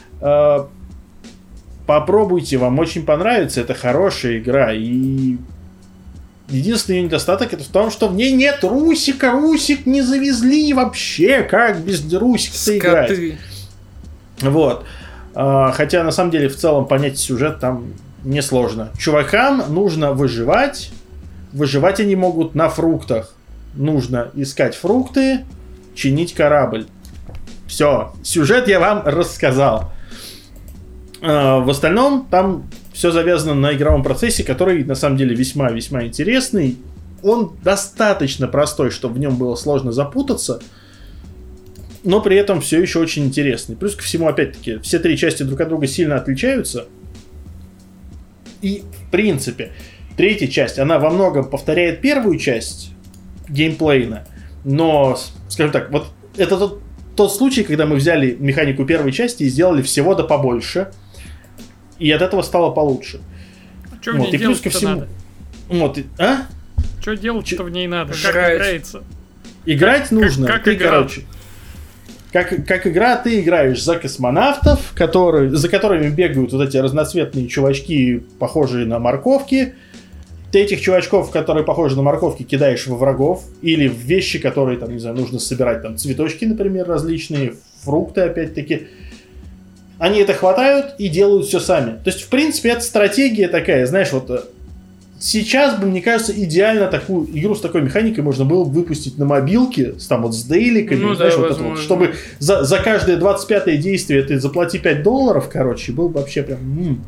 попробуйте, вам очень понравится, это хорошая игра. И единственный ее недостаток это в том, что в ней нет Русика. Русик не завезли вообще. Как без Русика-то играть? Вот. Хотя, на самом деле, в целом понять сюжет там несложно. Чувакам нужно выживать. Выживать они могут на фруктах. Нужно искать фрукты, чинить корабль. Все. Сюжет я вам рассказал. В остальном там все завязано на игровом процессе, который на самом деле весьма-весьма интересный. Он достаточно простой, чтобы в нем было сложно запутаться, но при этом все еще очень интересный. Плюс ко всему, опять-таки, все три части друг от друга сильно отличаются. И, в принципе, третья часть, она во многом повторяет первую часть геймплейно, но, скажем так, вот это тот случай, когда мы взяли механику первой части и сделали всего да побольше. И от этого стало получше. Что в ней делать-то надо? Что делать-то в ней надо? Как играется? Играть нужно. Как игра? Как игра, ты играешь за космонавтов, за которыми бегают вот эти разноцветные чувачки, похожие на морковки. Ты этих чувачков, которые похожи на морковки, кидаешь во врагов. Или в вещи, которые, нужно собирать. Цветочки, например, различные. Фрукты, опять-таки. Они это хватают и делают все сами. То есть, в принципе, это стратегия такая, знаешь, сейчас бы, мне кажется, идеально такую игру с такой механикой можно было бы выпустить на мобилке, с дейликами, знаешь, вот это вот, чтобы за каждое 25-е действие ты заплати $5, короче, был бы вообще прям...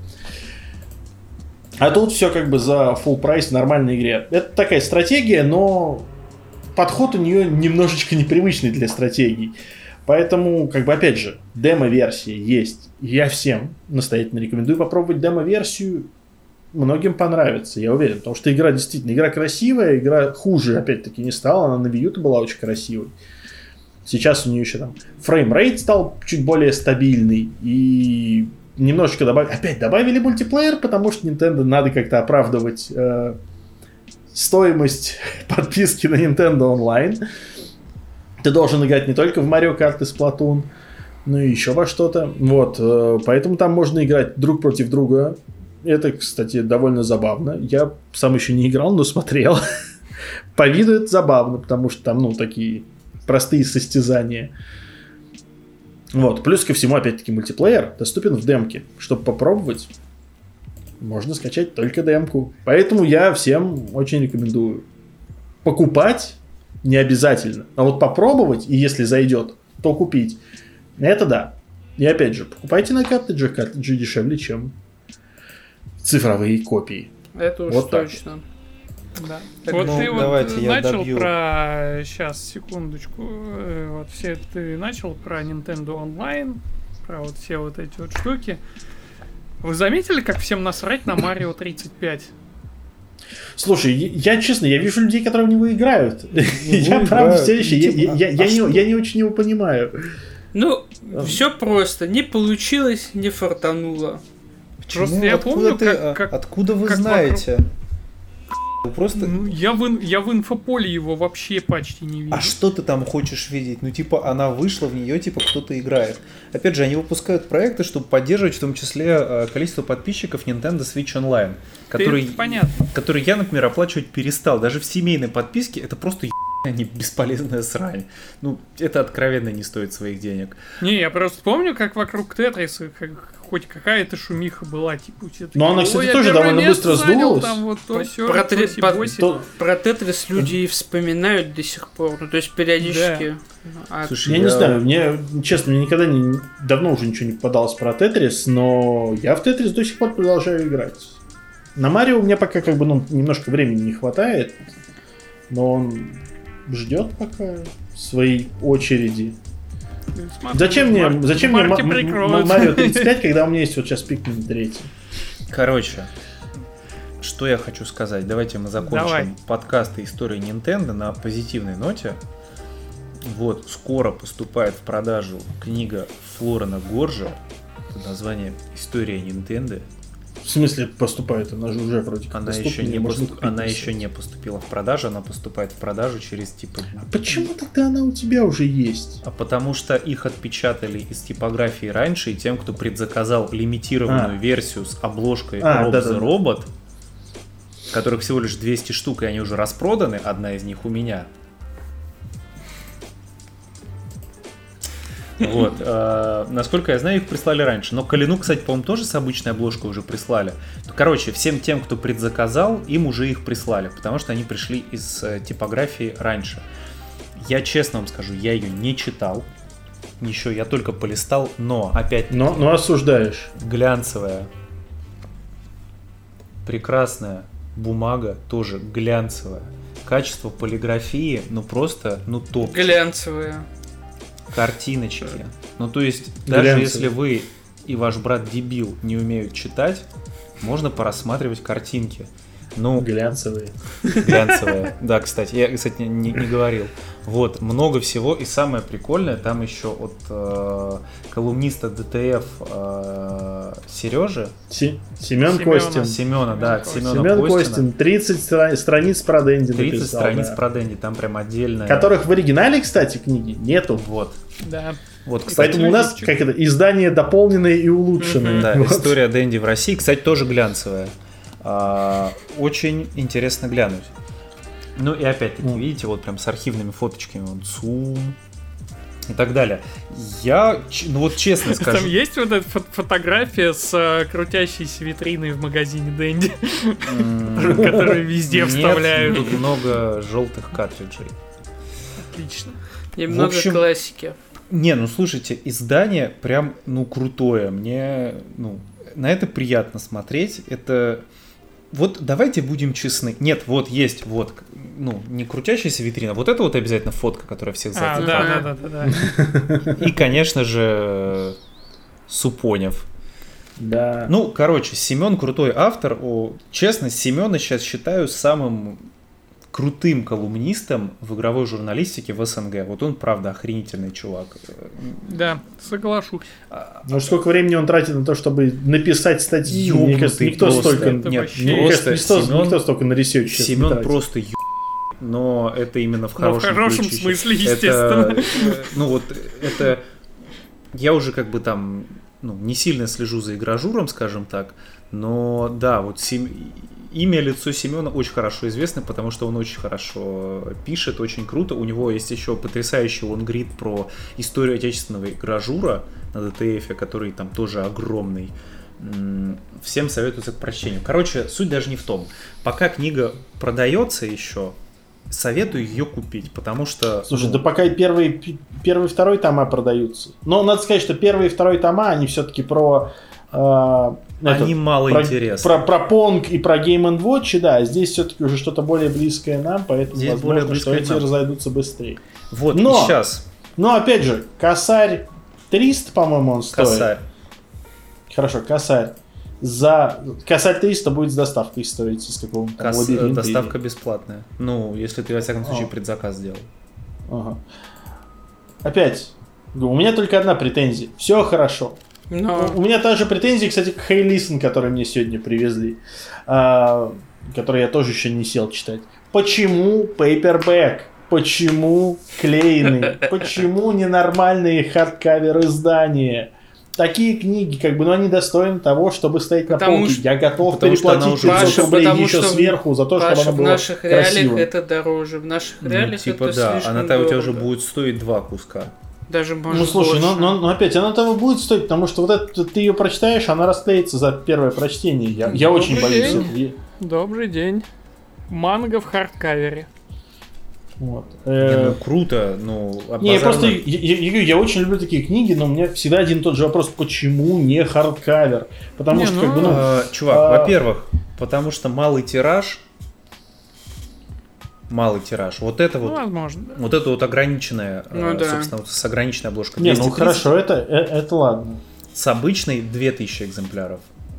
А тут все как бы за full прайс в нормальной игре. Это такая стратегия, но подход у нее немножечко непривычный для стратегий. Поэтому, как бы, опять же, демо-версия есть. Я всем настоятельно рекомендую попробовать демо-версию. Многим понравится, я уверен. Потому что игра действительно, игра красивая, игра хуже, опять-таки, не стала. Она на Wii U-то была очень красивой. Сейчас у нее еще там фреймрейт стал чуть более стабильный. И немножечко добавили мультиплеер, потому что Nintendo надо как-то оправдывать стоимость подписки на Nintendo Online. Ты должен играть не только в Mario Kart и Splatoon, но и еще во что-то. Вот, поэтому там можно играть друг против друга. Это, кстати, довольно забавно. Я сам еще не играл, но смотрел. По виду это забавно, потому что там, такие простые состязания. Вот. Плюс ко всему, опять-таки, мультиплеер доступен в демке. Чтобы попробовать, можно скачать только демку. Поэтому я всем очень рекомендую. Покупать не обязательно. А вот попробовать, и если зайдет, то купить. Это да. И опять же, покупайте на картридже. Картридже дешевле, чем цифровые копии. Это уж вот точно. Да. Вот ты вот начал про... Сейчас, секундочку. Вот все ты начал про Nintendo Online, про вот все вот эти вот штуки. Вы заметили, как всем насрать на Mario 35? Слушай, я честно, я вижу людей, которые в него играют. Я правда все еще, я не очень его понимаю. Ну, все просто. Не получилось, не фартануло. Просто я помню, откуда вы знаете? Просто... Я в инфополе его вообще почти не вижу. А что ты там хочешь видеть? Ну, типа, она вышла, в нее, типа, кто-то играет. Опять же, они выпускают проекты, чтобы поддерживать в том числе количество подписчиков Nintendo Switch Online, который я, например, оплачивать перестал. Даже в семейной подписке это просто не бесполезная срань. Ну, это откровенно не стоит своих денег. Не, я просто помню, как вокруг Тетриса хоть какая-то шумиха была, типа, но она, кстати, тоже довольно быстро сдулась. Про Тетрис люди и вспоминают до сих пор, ну, то есть периодически. Да. Слушай, я не знаю, мне, честно, мне никогда давно уже ничего не попадалось про Тетрис, но я в Тетрис до сих пор продолжаю играть. На Марио у меня пока как бы, немножко времени не хватает, но он ждет пока своей очереди. Смотри, зачем мне Марио 35, когда у меня есть вот сейчас Pikmin 3? Короче, что я хочу сказать. Давайте мы закончим подкаст и истории Nintendo на позитивной ноте. Вот, скоро поступает в продажу книга Флорена Горжа под названием «История Nintendo». В смысле поступает? Она же уже вроде как она еще не поступила в продажу, она поступает в продажу через типа... А почему тогда она у тебя уже есть? А потому что их отпечатали из типографии раньше, и тем, кто предзаказал лимитированную версию с обложкой Rob the Robot, которых всего лишь 200 штук, и они уже распроданы, одна из них у меня. Вот, насколько я знаю, их прислали раньше. Но Калину, кстати, по-моему, тоже с обычной обложкой уже прислали. Короче, всем тем, кто предзаказал, им уже их прислали, потому что они пришли из типографии раньше. Я честно вам скажу, я ее не читал. Еще я только полистал, но опять... Но осуждаешь. Глянцевая. Прекрасная бумага, тоже глянцевая. Качество полиграфии, просто топ. Глянцевая. Картиночки. Ну, то есть, даже если вы и ваш брат-дебил не умеют читать, можно порассматривать картинки. Ну, глянцевые. Глянцевые. Да, кстати, я, не говорил. Вот, много всего. И самое прикольное, там еще от колумниста ДТФ Сережи. Семен Костин. Семен Костин. 30 страниц про Дэнди написал. 30 страниц про Дэнди, там прям отдельно. Которых в оригинале, кстати, книги нету. Вот. Да. Вот, кстати, поэтому у нас как это издание дополненное и улучшенное. Да, вот. История Дэнди в России, кстати, тоже глянцевая. Очень интересно глянуть. Ну и опять-таки, видите, вот прям с архивными фоточками. Вот ЦУМ, и так далее. Я, ну вот честно скажу... Там есть вот эта фотография с крутящейся витриной в магазине Дэнди, которую везде вставляют. Нет, много желтых картриджей. Отлично. И много классики. Не, ну слушайте, издание прям, ну, крутое. Мне, ну, на это приятно смотреть. Это... Вот давайте будем честны. Нет, вот есть, вот, ну, не крутящаяся витрина, вот это вот обязательно фотка, которая всех задевает. Да. И, конечно же, Супонев. Да. Ну, короче, Семен крутой автор. Честно, Семена сейчас считаю самым крутым колумнистом в игровой журналистике в СНГ. Вот он, правда, охренительный чувак. Да, соглашусь. Ну, сколько времени он тратит на то, чтобы написать статьи? Мне кажется, никто столько... Нет, никто столько на ресерч сейчас Семен просто но это именно в хорошем смысле, естественно. Ну, вот это... Я уже как бы там, ну, не сильно слежу за игражуром, скажем так, но да, вот имя, лицо Семена очень хорошо известно, потому что он очень хорошо пишет, очень круто. У него есть еще потрясающий лонгрид про историю отечественного игражура на ДТФ, который там тоже огромный. Всем советуется к прочтению. Короче, суть даже не в том. Пока книга продается еще, советую ее купить, потому что... Слушай, да пока первый и второй тома продаются. Но надо сказать, что первый и второй тома, они все-таки про... Они мало интересны. Про Понг и про Game & Watch, да, здесь все-таки уже что-то более близкое нам, поэтому здесь возможно, что эти разойдутся быстрее. Вот, но, и сейчас. Но, опять же, косарь 300, по-моему, он стоит. Косарь. Хорошо, косарь. За косарь 300 будет с доставкой стоить из какого-то лабиринта. Доставка бесплатная. Ну, если ты, во всяком случае, предзаказ сделал. Ага. Опять, у меня только одна претензия. Все хорошо. Но... У меня та же претензия, кстати, к Hey Listen, который мне сегодня привезли, который я тоже еще не сел читать. Почему paperback? Почему клееный? Почему ненормальные хардкавер издания? Такие книги, как бы, ну, они достойны того, чтобы стоять на полке. Я готов переплатить 500 рублей еще сверху за то, чтобы она была в наших реалиях это дороже. В наших реалиях типа, это да, слишком она у тебя уже будет стоить 2 куска. Даже может ну слушай, больше. но опять, она того будет стоить, потому что вот это ты ее прочитаешь, она расклеится за первое прочтение. Я очень боюсь этого. Добрый день. Манго в хардкавере. Вот. Ну, круто, ну, не, просто я очень люблю такие книги, но у меня всегда один и тот же вопрос: почему не хардкавер? Потому что, как бы, чувак, во-первых, потому что малый тираж. Вот это вот, возможно, да. Вот это вот ограниченная, собственно, вот с ограниченной обложкой. Не, ну хорошо, это ладно. С обычной 2000 экземпляров.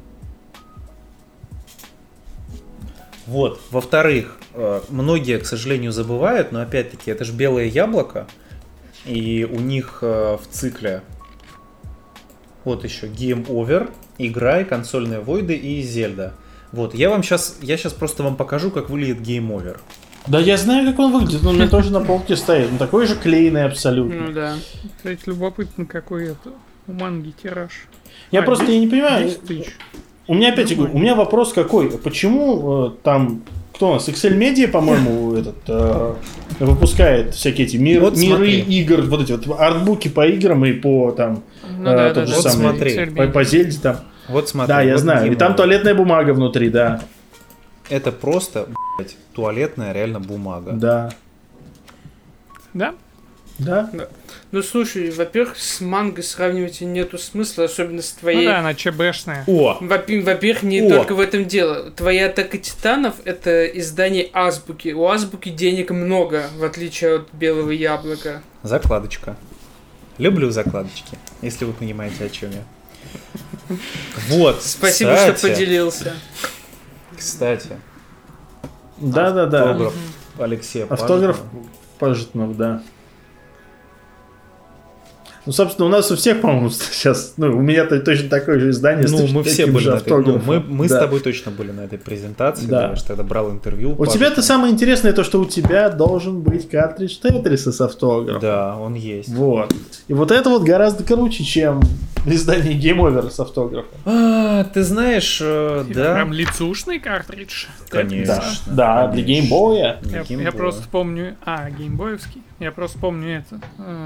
Вот. Во-вторых, многие, к сожалению, забывают, но опять-таки это же белое яблоко, и у них в цикле вот еще Game Over, Играй, Консольные войны и Зельда. Вот, я сейчас просто вам покажу, как выглядит Game Over. Да я знаю, как он выглядит, он у меня тоже на полке стоит. Он такой же клееный абсолютно. Ну да. Кстати, любопытно, какой это у манги тираж. Я не понимаю. 10 000. У меня опять, у меня вопрос какой. Почему там, кто у нас, Excel Media, по-моему, выпускает всякие эти миры игр, вот эти вот артбуки по играм и по там, тот же самый, по Зельде там. Вот смотри. Да, я знаю. И там туалетная бумага внутри, да. Это просто, туалетная реально бумага. Да. Да? Да? Ну слушай, во-первых, с манго сравнивать нету смысла, особенно с твоей... Ну да, она ЧБшная. Во-первых, не только в этом дело. Твоя «Атака титанов» — это издание Азбуки. У Азбуки денег много, в отличие от «Белого яблока». Закладочка. Люблю закладочки, если вы понимаете, о чем я. Вот. Спасибо, что поделился. Кстати. Да. Автограф Алексея Автограф Пажитнов, да. Ну, собственно, у нас у всех, по-моему, сейчас, у меня-то точно такое же издание. Ну, мы все были на этой, мы с тобой точно были на этой презентации, да. Я же тогда брал интервью. У тебя-то самое интересное то, что у тебя должен быть картридж Тетриса с автографом. Да, он есть. Вот. И вот это вот гораздо круче, чем издание Game Over с автографом. Ты знаешь, да. Прям лицушный картридж. Конечно. Да, для Game Boy. Я просто помню... геймбоевский. Я просто помню это...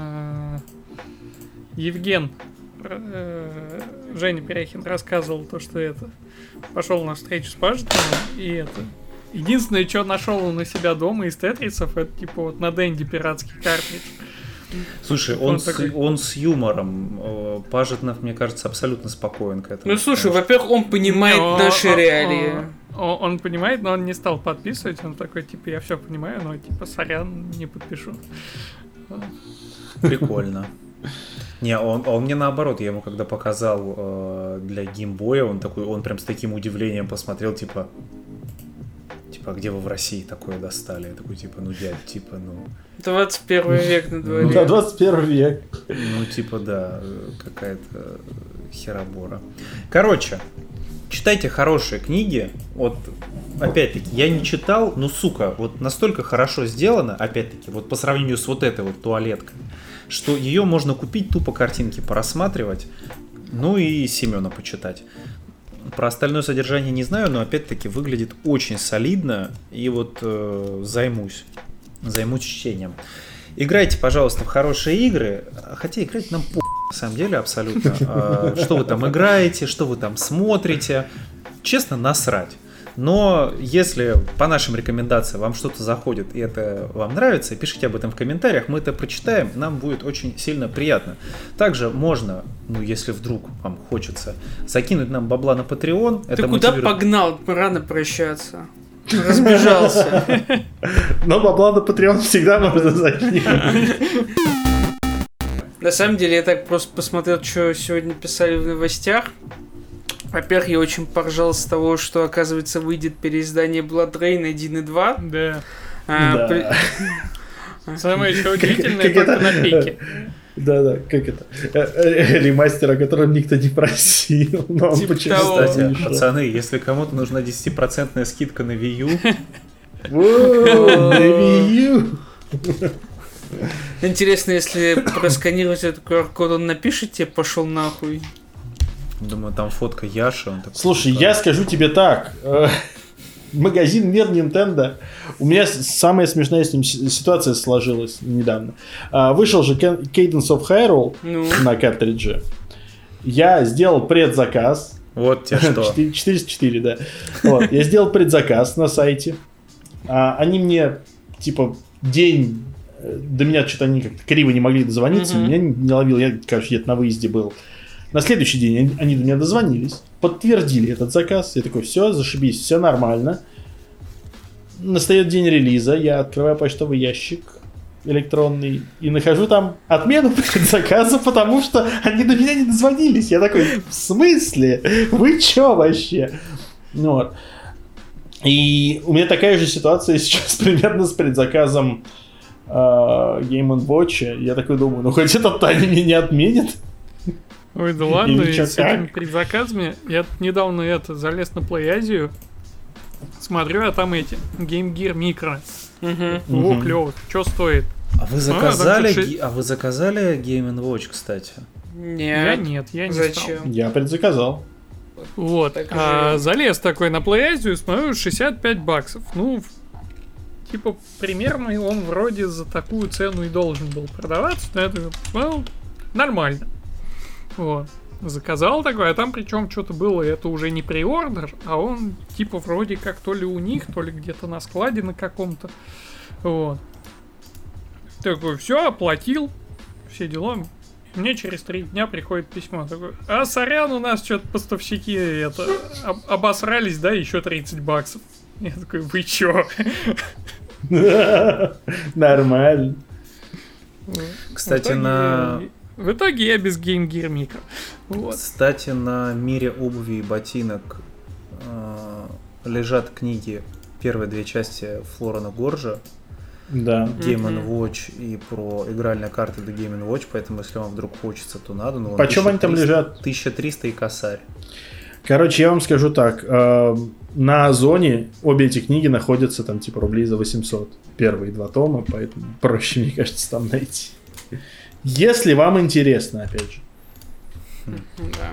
Евген, Женя Перехин рассказывал то, что это пошел на встречу с Пажитовым, и это единственное, что нашел он у себя дома из тетрисов, это типа вот на Денди пиратский картридж. Слушай, он с юмором. Пажитнов, мне кажется, абсолютно спокоен к этому. Ну слушай, во-первых, он понимает наши реалии. Он понимает, но он не стал подписывать. Он такой, типа, я все понимаю, но типа, сорян, не подпишу. Прикольно. Не, он мне наоборот, я ему когда показал для геймбоя, он прям с таким удивлением посмотрел, типа, где вы в России такое достали? Я такой, дядь, 21 век на дворе. Да, 21 век. Да, какая-то херобора. Короче, читайте хорошие книги. Вот, опять-таки, я не читал, но, сука, вот настолько хорошо сделано, опять-таки, вот по сравнению с вот этой вот туалеткой, что ее можно купить, тупо картинки порассматривать, и Семена почитать. Про остальное содержание не знаю, но опять-таки выглядит очень солидно, и вот займусь чтением. Играйте, пожалуйста, в хорошие игры, хотя играть нам на самом деле абсолютно. Что вы там играете, что вы там смотрите, честно, насрать. Но если по нашим рекомендациям вам что-то заходит и это вам нравится, пишите об этом в комментариях, мы это прочитаем, нам будет очень сильно приятно. Также можно, если вдруг вам хочется, закинуть нам бабла на Patreon. Ты куда погнал? Рано прощаться. Разбежался. Но бабла на Patreon всегда можно закинуть. На самом деле, я так просто посмотрел, что сегодня писали в новостях. Во-первых, я очень поржал с того, что, оказывается, выйдет переиздание Blood Rain 1 и 2. Да. Самое еще удивительное, только на пике. Да, как это? Ремастер, о котором никто не просил. Но он почему-то. Кстати, пацаны, если кому-то нужна 10% скидка на Wii U. На Wii U. Интересно, если просканировать этот QR-код, он напишет тебе «пошел нахуй». Думаю, там фотка Яши. Слушай, я скажу тебе так. Магазин Мир Nintendo. У меня самая смешная с ним ситуация сложилась недавно. Вышел же Cadence of Hyrule на картридже. Я сделал предзаказ. Вот тебе что. 404, да. Вот. Я сделал предзаказ на сайте. Они мне, день... До меня что-то они как-то криво не могли дозвониться. Меня не ловил. Я, где-то на выезде был. На следующий день они до меня дозвонились, подтвердили этот заказ. Я такой, все, зашибись, все нормально. Настает день релиза, я открываю почтовый ящик электронный и нахожу там отмену предзаказа, потому что они до меня не дозвонились. Я такой, в смысле? Вы чё вообще? Вот. И у меня такая же ситуация сейчас примерно с предзаказом Game & Watch. Я такой думаю, хоть этот они меня не отменят. Ой, да ладно, и с этими предзаказами. Я недавно залез на PlayAsia, смотрю, а там эти Game Gear Micro. О, клёво, что стоит? А вы заказали Game & Watch, кстати? Нет. Я не Зачем? стал. Я предзаказал. Вот, залез такой на PlayAsia, смотрю, $65. Примерно он вроде за такую цену и должен был продаваться, но я такой, нормально. Вот. Заказал такой, а там причем что-то было, это уже не преордер, а он вроде как то ли у них, то ли где-то на складе на каком-то. Вот. Такой, все, оплатил, все дела. Мне через 3 дня приходит письмо. Такой, сорян, у нас что-то поставщики обосрались, да, еще $30. Я такой, вы чё? Нормально. Кстати, В итоге я без Game Gear Micro. Вот. Кстати, на мире обуви и ботинок лежат книги, первые 2 части Флорана Горжа. Да. Game & Watch и про игральные карты до Game & Watch, поэтому если вам вдруг хочется, то надо. Но почем они там лежат? 1300 и косарь. Короче, я вам скажу так. На Озоне обе эти книги находятся там типа рублей за 800. Первые 2 тома, поэтому проще, мне кажется, там найти. Если вам интересно, опять же. Да.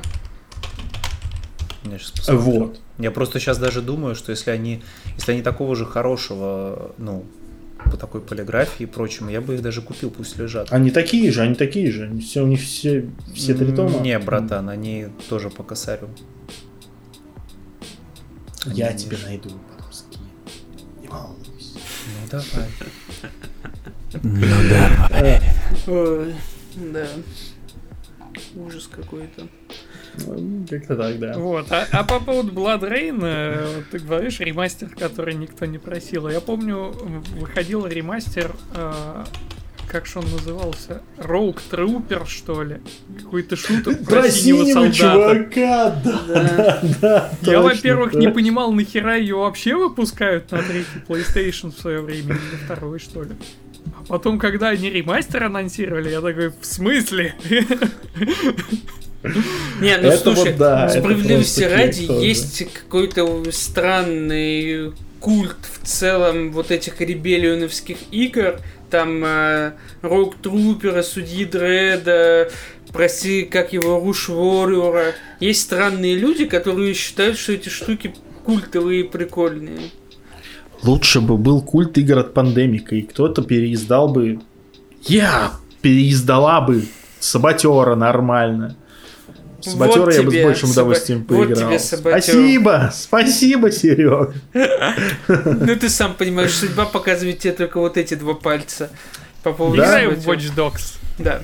Я сейчас посмотрю. Вот. Я просто сейчас даже думаю, что если они такого же хорошего, ну, по такой полиграфии и прочему, я бы их даже купил, пусть лежат. Они такие же. Все, у них все 3 тома. Не, братан, они тоже по косарю. Я тебе найду потом скину. Не волнуйся. Ну давай. Ой, да. Ужас какой-то. Как-то так, да. Вот. А по поводу Blood Rain, ты говоришь, ремастер, который никто не просил. Я помню, выходил ремастер, как же он назывался? Rogue Trooper, что ли? Какой-то шутер про синего солдата. Чувака, да. Я, во-первых, не понимал, нахера ее вообще выпускают на 3-й PlayStation в свое время, или на 2-й, что ли. А потом, когда они ремастер анонсировали, я такой, в смысле? Не, ну слушай, вот, да, справедливости ради, есть какой-то странный культ в целом вот этих ребеллионовских игр, там Rogue Trooper, Судьи Дредда, прости, как его, Руш Warrior. Есть странные люди, которые считают, что эти штуки культовые и прикольные. Лучше бы был культ игр от Пандемика, и кто-то переиздал бы... переиздала бы Саботера нормально. Саботера вот я бы с большим удовольствием поиграл. Вот спасибо, Серег. Ну ты сам понимаешь, судьба показывает тебе только вот эти 2 пальца. По поводу играю в Watch Dogs. Да.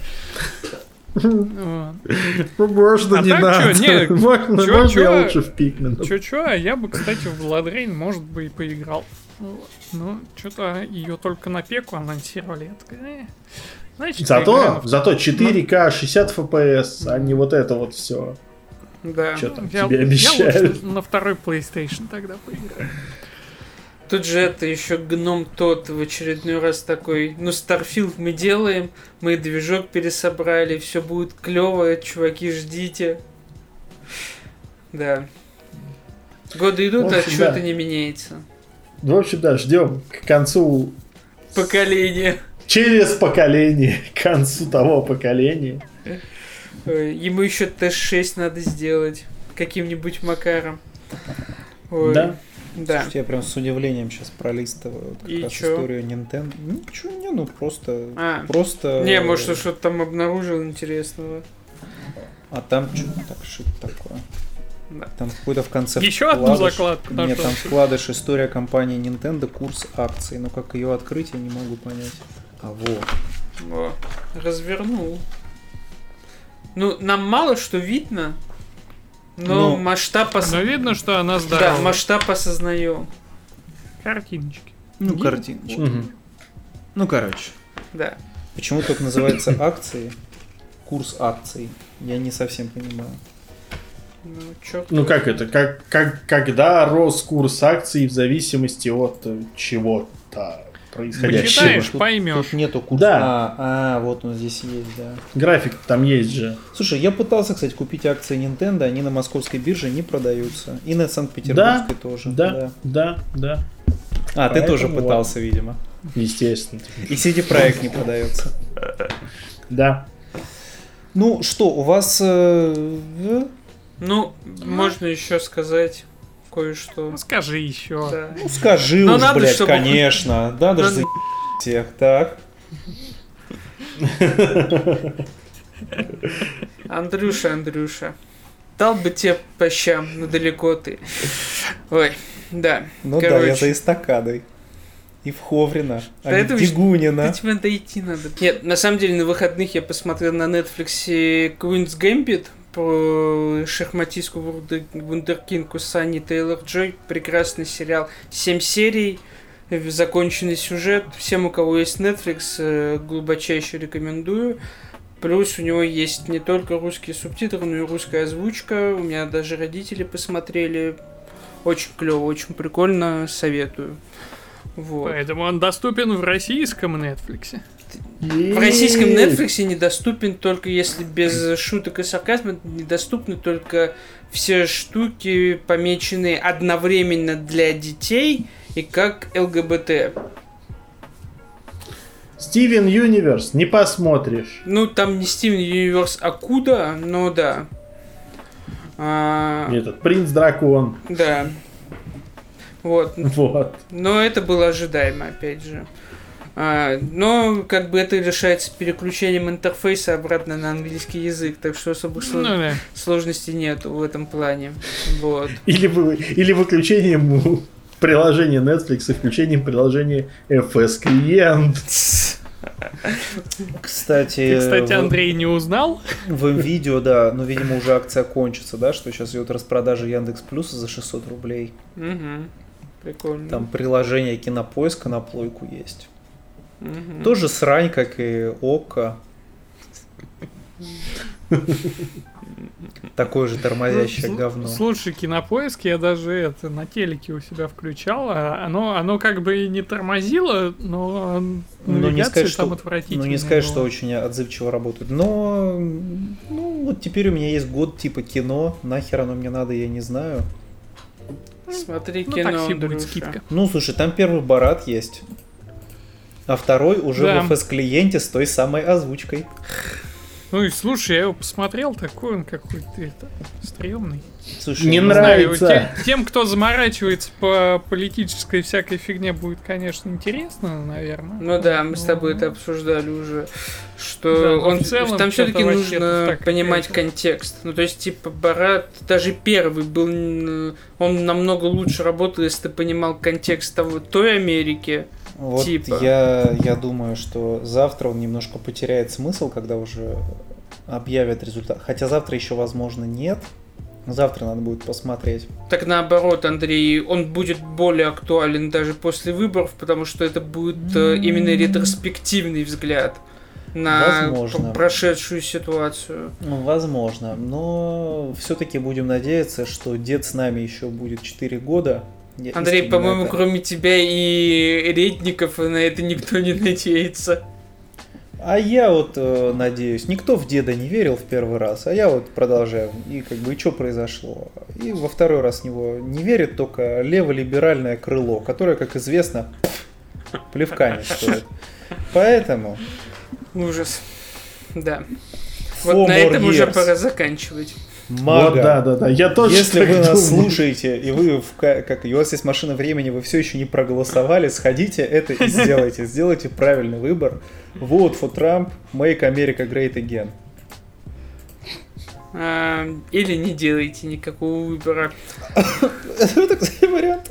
Можно не надо. Можно я лучше в Пикмен. Чё, я бы, кстати, в Blood Rain, может быть, и поиграл. Ну, что-то ее только на пеку анонсировали. Я такая, знаете, зато 4К 60 FPS, а не вот это вот все. Да. Что там тебе обещают? Я лучше на 2-й PlayStation тогда поиграю. Тут же это еще гном тот в очередной раз такой, ну, Starfield мы делаем, мы движок пересобрали, все будет клево, чуваки, ждите. Да. Годы идут, а что-то не меняется. В общем, да, ждем к концу... Поколения. Через поколение, к концу того поколения. Ему еще Т6 надо сделать каким-нибудь макаром. Ой. Да. Да. Слушайте, я прям с удивлением сейчас пролистываю как раз историю Nintendo. Ну просто... Не, может, что-то там обнаружил интересного. А там что-то такое. Да. Там какой-то в конце еще одну закладку. Нет, там вкладыш история компании Nintendo, курс акций. Но как ее открыть, я не могу понять. Во, развернул. Ну, нам мало что видно, но масштаб... Но видно, что она здорова. Да, масштаб осознаем. Картиночки. Картиночки. Угу. Ну, короче. Да. Почему так называется акции? Курс акций. Я не совсем понимаю. Ну, как это? Когда рос курс акций в зависимости от чего-то происходящего. Почитаешь, поймешь. Тут нету курса. Да. Вот он здесь есть, да. График там есть же. Слушай, я пытался, кстати, купить акции Nintendo, они на московской бирже не продаются. И на Санкт-Петербургской тоже. Да. Ты тоже пытался, видимо. Естественно. И CD-проект не продается. Да. Ну что, у вас... можно еще сказать кое-что. Скажи еще. Да. Ну, скажи но уж, надо, блядь, чтобы... конечно. Да, даже за всех. Так. Андрюша. Дал бы тебе по щам, но далеко ты. Ой, да. Ну короче. Да, я за эстакадой. И в Ховрина, а не в Дегунина. Да тебе дойти надо. Нет, на самом деле, на выходных я посмотрел на Netflix Queen's Gambit про шахматистку вундеркинку Санни Тейлор-Джой. Прекрасный сериал. 7 серий, законченный сюжет. Всем, у кого есть Netflix, глубочайше рекомендую. Плюс у него есть не только русские субтитры, но и русская озвучка. У меня даже родители посмотрели. Очень клево, очень прикольно, советую. Вот. Поэтому он доступен в российском Netflix. В российском Netflix недоступен только если без шуток и сарказма, недоступны только все штуки, помеченные одновременно для детей и как ЛГБТ. Стивен Юниверс не посмотришь. Ну, там не Стивен Юниверс, а Куда, но да. Этот Принц Дракон. Да. Вот. Вот. Но это было ожидаемо, опять же. Но как бы это решается переключением интерфейса обратно на английский язык, так что особо сложностей нет в этом плане. Вот. Или выключением приложения Netflix и включением приложения FS клиент. Кстати, ты, Андрей, не узнал? В видео, да, но, видимо, уже акция кончится, да, что сейчас идет распродажа Яндекс.Плюса за 600 рублей. Угу. Прикольно. Там приложение Кинопоиска на плойку есть. Угу. Тоже срань, как и ОККО. Такое же тормозящее говно. Слушай, Кинопоиск я даже на телеке у себя включал. Оно как бы и не тормозило, но не сказать, там отвратительно. Ну, не сказать, что очень отзывчиво работает. Но вот теперь у меня есть год типа кино. Нахер оно мне надо, я не знаю. Смотри кино, такси будет скидка. Ну, слушай, там первый Борат есть. А второй уже в FS-клиенте с той самой озвучкой. Ну и слушай, я его посмотрел, такой он какой-то стрёмный. Слушай, не нравится. Знаю, тем, кто заморачивается по политической всякой фигне, будет, конечно, интересно, наверное. Ну да, мы с тобой это обсуждали уже, что да, в целом, там все-таки нужно понимать контекст. Ну то есть, типа, Борат, даже первый был, он намного лучше работал, если ты понимал контекст той Америки. Вот типа. Я думаю, что завтра он немножко потеряет смысл, когда уже объявят результат. Хотя завтра еще, возможно, нет. Завтра надо будет посмотреть. Так наоборот, Андрей, он будет более актуален даже после выборов, потому что это будет именно ретроспективный взгляд на прошедшую ситуацию. Ну, возможно. Но все-таки будем надеяться, что дед с нами еще будет 4 года. Андрей, по-моему, кроме тебя и Редников на это никто не надеется. А я вот надеюсь, никто в деда не верил в первый раз, а я вот продолжаю. И как бы, и что произошло? И во второй раз в него не верит только леволиберальное крыло, которое, как известно, плевка не стоит. Поэтому... Ужас. Да. Вот на этом уже пора заканчивать. Мага. Вот, да. Я тоже. Если вы нас слушаете, и вы у вас есть машина времени, вы все еще не проголосовали, сходите это и сделайте. Сделайте правильный выбор. Vote for Trump, make America great again. Или не делайте никакого выбора. Это такой вариант.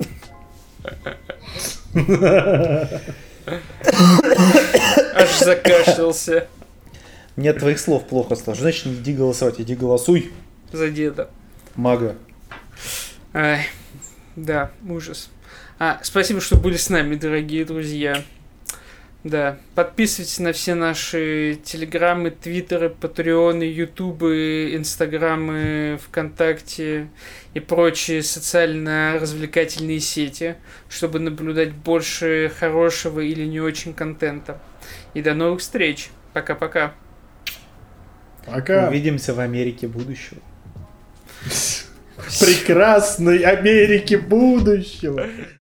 Аж закашлялся. Мне от твоих слов плохо стало. Значит, не иди голосовать, иди голосуй. За деда. Мага. Ай, да, ужас. Спасибо, что были с нами, дорогие друзья. Да, подписывайтесь на все наши телеграммы, твиттеры, патреоны, ютубы, инстаграмы, вконтакте и прочие социально-развлекательные сети, чтобы наблюдать больше хорошего или не очень контента. И до новых встреч. Пока-пока. Пока. Увидимся в Америке будущего. Прекрасной Америки будущего.